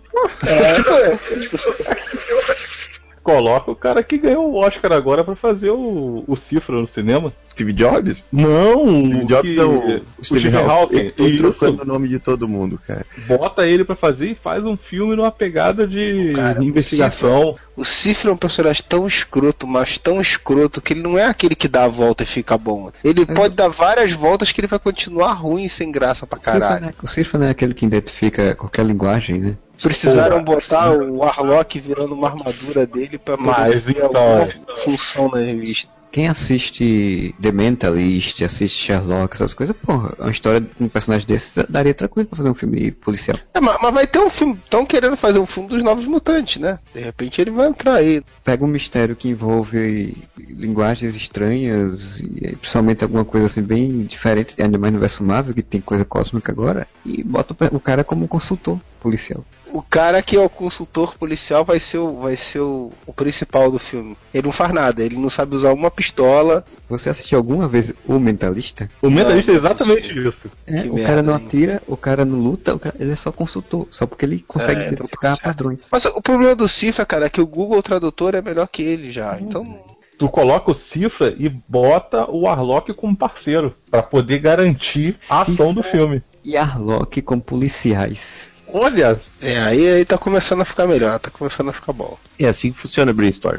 Coloca o cara que ganhou o Oscar agora pra fazer o Cifra no cinema. Steve Jobs? Não, Steve Jobs não. O Steve Hawking. Eu tô trocando o nome de todo mundo, cara. Bota ele pra fazer e faz um filme numa pegada de investigação. O Cifra é um personagem tão escroto, mas tão escroto, que ele não é aquele que dá a volta e fica bom. Ele pode dar várias voltas que ele vai continuar ruim e sem graça pra caralho. O Cifra não é aquele que identifica qualquer linguagem, né? Precisaram botar o Warlock virando uma armadura dele pra poder ter alguma função na revista. Quem assiste The Mentalist, assiste Sherlock, essas coisas, porra, uma história de um personagem desse daria tranquilo pra fazer um filme policial. Mas vai ter um filme, estão querendo fazer um filme dos Novos Mutantes, né? De repente ele vai entrar aí. Pega um mistério que envolve linguagens estranhas, e principalmente alguma coisa assim bem diferente, ainda mais no universo Marvel, que tem coisa cósmica agora, e bota o cara como consultor policial. O cara que é o consultor policial vai ser o principal do filme. Ele não faz nada, ele não sabe usar uma pistola. Você assistiu alguma vez O Mentalista? O Mentalista é exatamente isso. O cara não atira, o cara não luta, ele é só consultor, só porque ele consegue identificar padrões. Mas o problema do Cifra, cara, é que o Google Tradutor é melhor que ele já, então... Tu coloca o Cifra e bota o Warlock como parceiro, pra poder garantir a ação do filme. E Warlock como policiais. Olha! Aí tá começando a ficar melhor, tá começando a ficar bom. É assim que funciona o Brainstorm.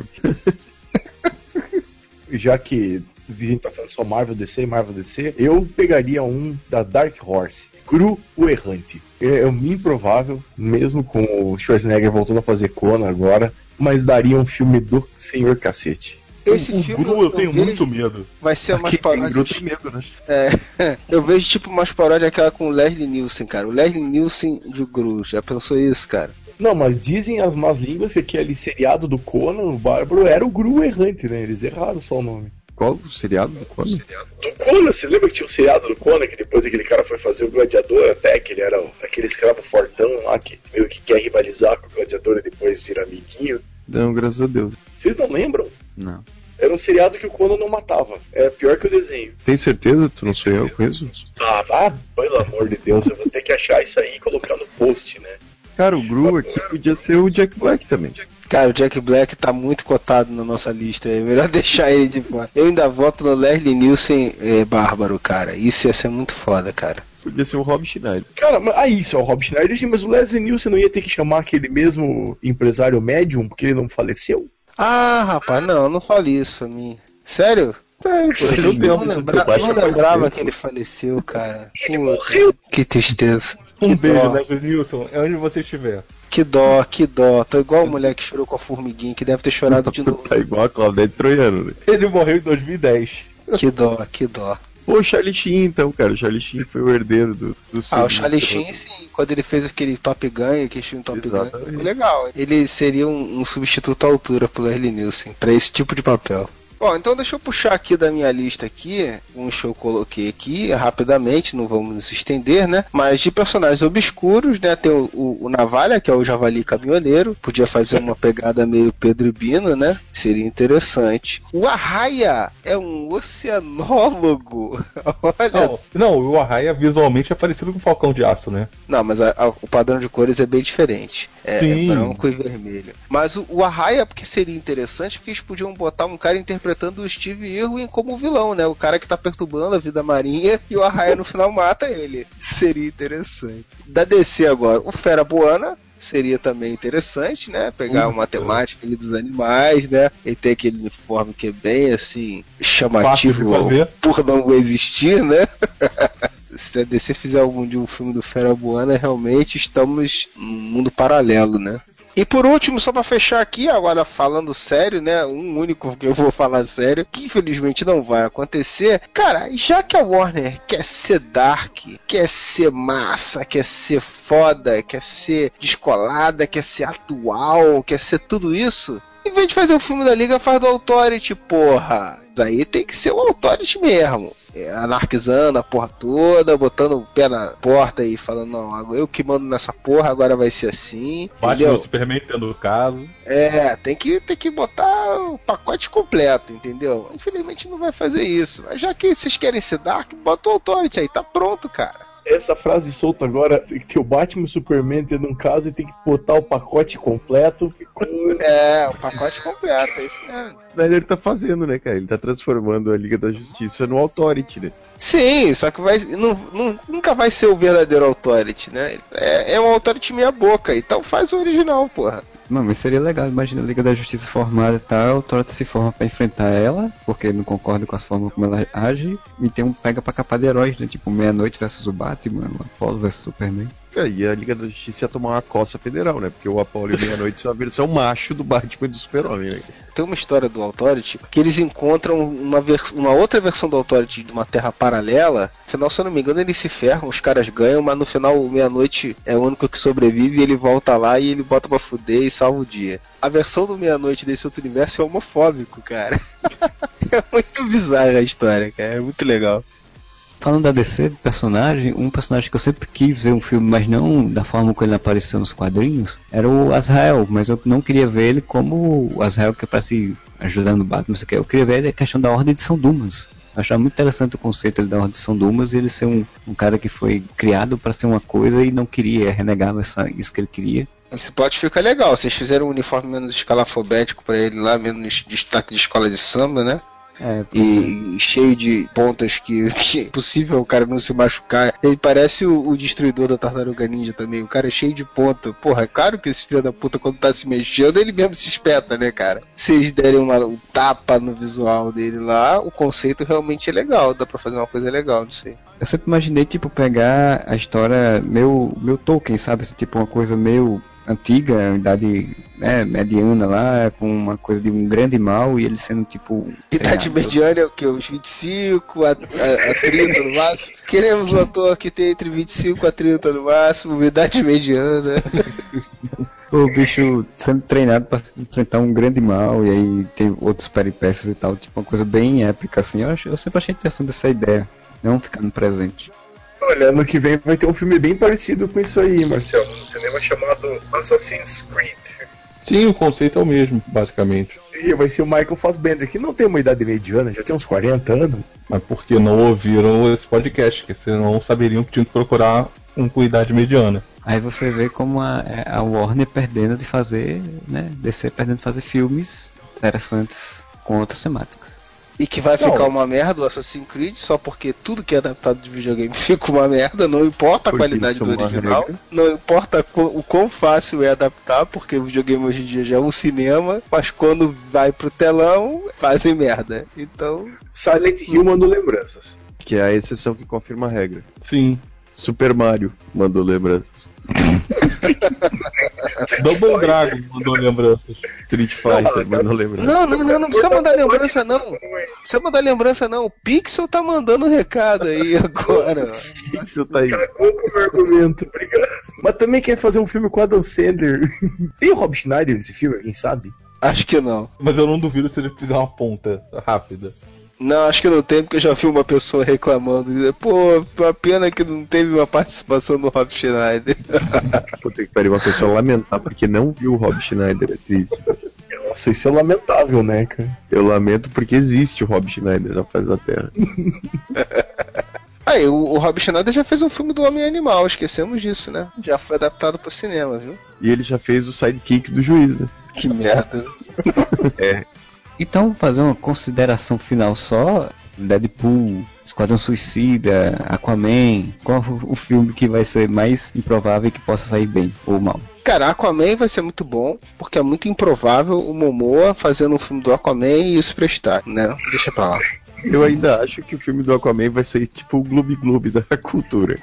Já que a gente tá falando só Marvel DC, eu pegaria um da Dark Horse, Gru o Errante. É um improvável, mesmo com o Schwarzenegger voltando a fazer Conan agora, mas daria um filme do Senhor Cacete. Esse filme Gru eu tenho muito medo. Vai ser umas paródias. Gru tem medo, né? Eu vejo tipo umas paródias aquela com o Leslie Nielsen, cara. O Leslie Nielsen de Gru. Já pensou isso, cara? Não, mas dizem as más línguas que aquele seriado do Conan, o Bárbaro, era o Gru Errante, né? Eles erraram só o nome. Qual o seriado do Conan? Do Conan, você lembra que tinha um seriado do Conan que depois aquele cara foi fazer o Gladiador até, que ele era aquele escravo fortão lá que meio que quer rivalizar com o Gladiador e depois vira amiguinho? Não, graças a Deus. Vocês não lembram? Não. Era um seriado que o Conan não matava. É pior que o desenho. Tem certeza? Tu não sou eu com isso? Pelo amor de Deus, eu vou ter que achar isso aí e colocar no post, né? Cara, o Gru aqui podia ser o Jack Black também. Cara, o Jack Black tá muito cotado na nossa lista. É melhor deixar ele de fora. Eu ainda voto no Leslie Nielsen Bárbaro, cara. Isso ia ser muito foda, cara. Podia ser o Rob Schneider. Cara, isso é o Rob Schneider, mas o Leslie Nielsen não ia ter que chamar aquele mesmo empresário médium porque ele não faleceu? Ah, rapaz, não fale isso pra mim. Sério? Sério, eu não lembrava que ele faleceu, cara. Ele morreu. Que tristeza. Um beijo, Leslie Nielsen, é onde você estiver. Que dó. Tô igual o moleque que chorou com a formiguinha, que deve ter chorado de novo. Tá igual a Claudete Troiano, né? Ele morreu em 2010. Que dó. Pô, o Charlie Sheen, então, cara. O Charlie Sheen foi o herdeiro dos filmes. O Charlie Sheen, sim. Quando ele fez aquele Top Gun, que filme Top Gun, foi legal. Ele seria um substituto à altura pro Leslie Nielsen, pra esse tipo de papel. Bom, então deixa eu puxar aqui da minha lista aqui, uns que eu coloquei aqui rapidamente, não vamos nos estender, né? Mas de personagens obscuros, né? Tem o Navalha, que é o javali caminhoneiro, podia fazer uma pegada meio Pedro Bino, né? Seria interessante. O Arraia é um oceanólogo. Olha. Não, o Arraia visualmente é parecido com o Falcão de Aço, né? Não, mas o padrão de cores é bem diferente. É branco e vermelho. Mas o Arraia, porque seria interessante, porque eles podiam botar um cara interpretando interpretando o Steve Irwin como vilão, né? O cara que tá perturbando a vida marinha e o Arraia no final mata ele. Seria interessante. Da DC agora, o Fera Buana seria também interessante, né? Pegar uma temática ali dos animais, né? E ter aquele uniforme que é bem, assim, chamativo por não existir, né? Se a DC fizer algum de um filme do Fera Buana, realmente estamos num mundo paralelo, né? E por último, só pra fechar aqui, agora falando sério, né? Um único que eu vou falar sério, que infelizmente não vai acontecer. Cara, já que a Warner quer ser dark, quer ser massa, quer ser foda, quer ser descolada, quer ser atual, quer ser tudo isso, em vez de fazer o filme da Liga, faz do Authority, porra. Aí tem que ser o Authority mesmo. Anarquizando a porra toda, botando o pé na porta e falando, não, eu que mando nessa porra, agora vai ser assim. Batman o Superman tendo o caso. Tem que botar o pacote completo, entendeu? Infelizmente não vai fazer isso. Mas já que vocês querem ser dark, bota o Authority aí, tá pronto, cara. Essa frase solta agora, tem que ter o Batman e o Superman tendo um caso e tem que botar o pacote completo. Ficou... o pacote completo, é isso mesmo. Mas ele tá fazendo, né, cara? Ele tá transformando a Liga da Justiça no Authority, né? Sim, só que nunca vai ser o verdadeiro Authority, né? É um Authority meia boca, então faz o original, porra. Mano, mas seria legal, imagina a Liga da Justiça formada e tal, o Authority se forma pra enfrentar ela, porque não concorda com as formas como ela age, e tem um pega pra capar de heróis, né? Tipo, Meia-Noite versus o Batman, o Apollo versus o Superman. E a Liga da Justiça ia tomar uma coça federal, né? Porque o Apollo e Meia-Noite são a versão macho do Batman e do Super-Homem, né? Tem uma história do Authority que eles encontram uma outra versão do Authority de uma terra paralela. No final, se eu não me engano, eles se ferram, os caras ganham, mas no final o Meia-Noite é o único que sobrevive e ele volta lá e ele bota pra fuder e salva o dia. A versão do Meia-Noite desse outro universo é homofóbico, cara. É muito bizarra a história, cara. É muito legal. Falando da DC, do personagem, um personagem que eu sempre quis ver um filme, mas não da forma como ele apareceu nos quadrinhos, era o Azrael, mas eu não queria ver ele como o Azrael que aparece ajudando o Batman, eu queria ver a questão da Ordem de São Dumas. Eu achava muito interessante o conceito da Ordem de São Dumas e ele ser um cara que foi criado para ser uma coisa e não queria, renegava isso que ele queria. Esse plot fica legal, vocês fizeram um uniforme menos escalafobético para ele lá, menos destaque de escola de samba, né? E cheio de pontas que é possível o cara não se machucar. Ele parece o destruidor da Tartaruga Ninja também. O cara é cheio de ponta. Porra, é claro que esse filho da puta, quando tá se mexendo, ele mesmo se espeta, né, cara? Se eles derem um tapa no visual dele lá, o conceito realmente é legal. Dá pra fazer uma coisa legal, não sei. Eu sempre imaginei, tipo, pegar a história meu Tolkien, sabe? Assim, tipo, uma coisa meio antiga, idade mediana lá, com uma coisa de um grande mal e ele sendo, tipo... Idade mediana é o quê? Os 25 a 30 no máximo? Queremos um ator que tem entre 25 a 30 no máximo, idade mediana. O bicho sendo treinado pra enfrentar um grande mal e aí tem outros peripécias e tal, tipo, uma coisa bem épica, assim. Eu sempre achei interessante essa ideia. Não ficar no presente. Olha, ano que vem vai ter um filme bem parecido com isso aí, Marcelo. No cinema chamado Assassin's Creed. Sim, o conceito é o mesmo, basicamente. E vai ser o Michael Fassbender, que não tem uma idade mediana, já tem uns 40 anos. Mas porque não ouviram esse podcast, que senão saberiam que tinham que procurar um com idade mediana. Aí você vê como a Warner perdendo de fazer, né? DC perdendo de fazer filmes interessantes com outras temáticas. E que vai ficar uma merda o Assassin's Creed, só porque tudo que é adaptado de videogame fica uma merda, não importa a qualidade do original, não importa o quão fácil é adaptar, porque o videogame hoje em dia já é um cinema, mas quando vai pro telão, fazem merda. Então... Silent Hill mandou lembranças. Que é a exceção que confirma a regra. Sim. Super Mario mandou lembranças. Double Dragon mandou lembranças. Street Fighter mandou lembranças. Não precisa mandar lembrança não. Não precisa mandar lembrança não. O Pixel tá mandando recado aí agora. Pixel tá aí. Cagou com o meu argumento, obrigado. Mas também quer fazer um filme com Adam Sandler. Tem o Rob Schneider nesse filme, alguém sabe? Acho que não. Mas eu não duvido se ele fizer uma ponta rápida. Não, acho que não tem, porque eu já vi uma pessoa reclamando, dizendo, pô, uma pena que não teve uma participação do Rob Schneider. Puta que pariu, uma pessoa lamentar porque não viu o Rob Schneider, é triste. Nossa, isso é lamentável, né, cara? Eu lamento porque existe o Rob Schneider na face da Terra. Aí, o Rob Schneider já fez um filme do Homem Animal, esquecemos disso, né? Já foi adaptado pro cinema, viu? E ele já fez o sidekick do juiz, né? Que merda. É. Então, fazer uma consideração final só: Deadpool, Esquadrão Suicida, Aquaman, qual o filme que vai ser mais improvável que possa sair bem ou mal? Cara, Aquaman vai ser muito bom, porque é muito improvável o Momoa fazendo um filme do Aquaman e isso prestar, né? Deixa pra lá. Eu ainda acho que o filme do Aquaman vai ser tipo o Gloob Gloob da cultura.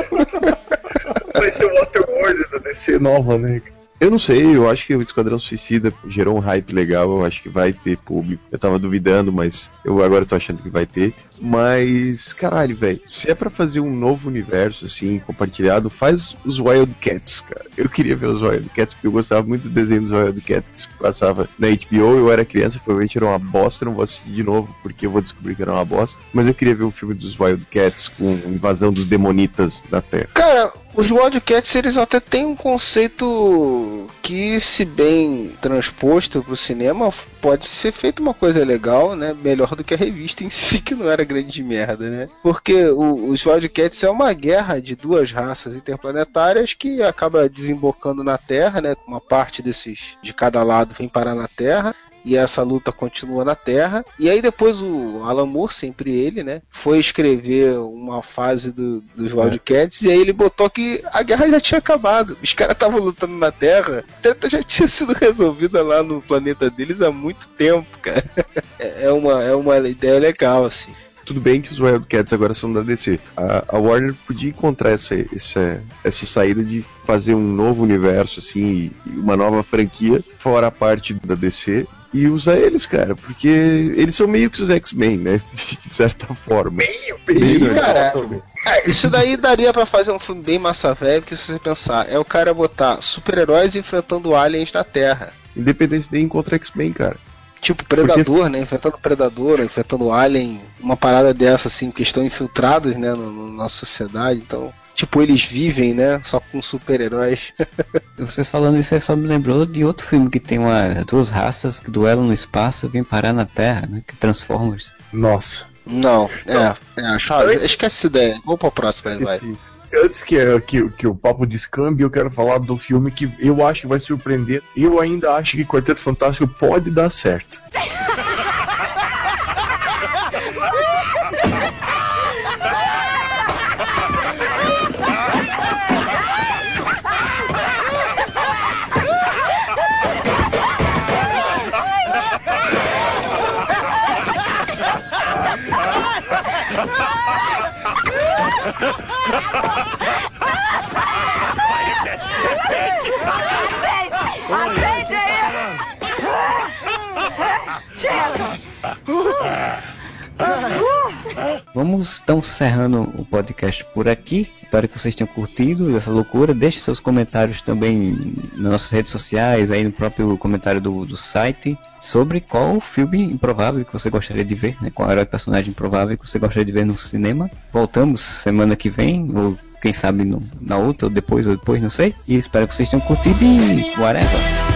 Vai ser o Waterworld da DC nova, né? Eu não sei, eu acho que o Esquadrão Suicida gerou um hype legal, eu acho que vai ter público. Eu tava duvidando, mas eu agora tô achando que vai ter. Mas, caralho, velho, se é pra fazer um novo universo, assim, compartilhado, faz os Wildcats, cara. Eu queria ver os Wildcats, porque eu gostava muito do desenho dos Wildcats que passava na HBO. Eu era criança, provavelmente era uma bosta, não vou assistir de novo, porque eu vou descobrir que era uma bosta. Mas eu queria ver o filme dos Wildcats com invasão dos demonitas da Terra. Cara, os Wildcats, eles até têm um conceito que, se bem transposto pro cinema, pode ser feito uma coisa legal, né? Melhor do que a revista em si, que não era grande merda, né? Porque os Wildcats é uma guerra de duas raças interplanetárias que acaba desembocando na Terra, né? Uma parte desses de cada lado vem parar na Terra. E essa luta continua na Terra. E aí depois o Alan Moore, sempre ele, né, foi escrever uma fase dos Wildcats, e aí ele botou que a guerra já tinha acabado. Os caras estavam lutando na Terra, a treta já tinha sido resolvida lá no planeta deles há muito tempo, cara. É uma ideia legal, assim. Tudo bem que os Wildcats agora são da DC. A Warner podia encontrar essa saída de fazer um novo universo, assim, e uma nova franquia, fora a parte da DC, e usar eles, cara, porque eles são meio que os X-Men, né? De certa forma. Meio, cara. Isso daí daria pra fazer um filme bem massa velho, porque se você pensar, é o cara botar super-heróis enfrentando aliens na Terra. Independência de encontrar X-Men, cara. Tipo Predador, né? Enfrentando Predador, enfrentando Alien, uma parada dessa, assim, que estão infiltrados, né, na sociedade, então... Tipo, eles vivem, né? Só com super-heróis. Vocês falando isso aí só me lembrou de outro filme que tem duas raças que duelam no espaço e vêm parar na Terra, né? Que Transformers. Nossa. Não, esquece essa ideia. Vamos pro próximo aí, vai. Antes que o papo descambe, eu quero falar do filme que eu acho que vai surpreender. Eu ainda acho que Quarteto Fantástico pode dar certo. Aprende aí! Vamos então encerrando o podcast por aqui. Espero que vocês tenham curtido essa loucura. Deixe seus comentários também nas nossas redes sociais, aí no próprio comentário do site, sobre qual filme improvável que você gostaria de ver, né? Qual herói personagem improvável que você gostaria de ver no cinema. Voltamos semana que vem, ou quem sabe na outra, ou depois, não sei. E espero que vocês tenham curtido e whatever.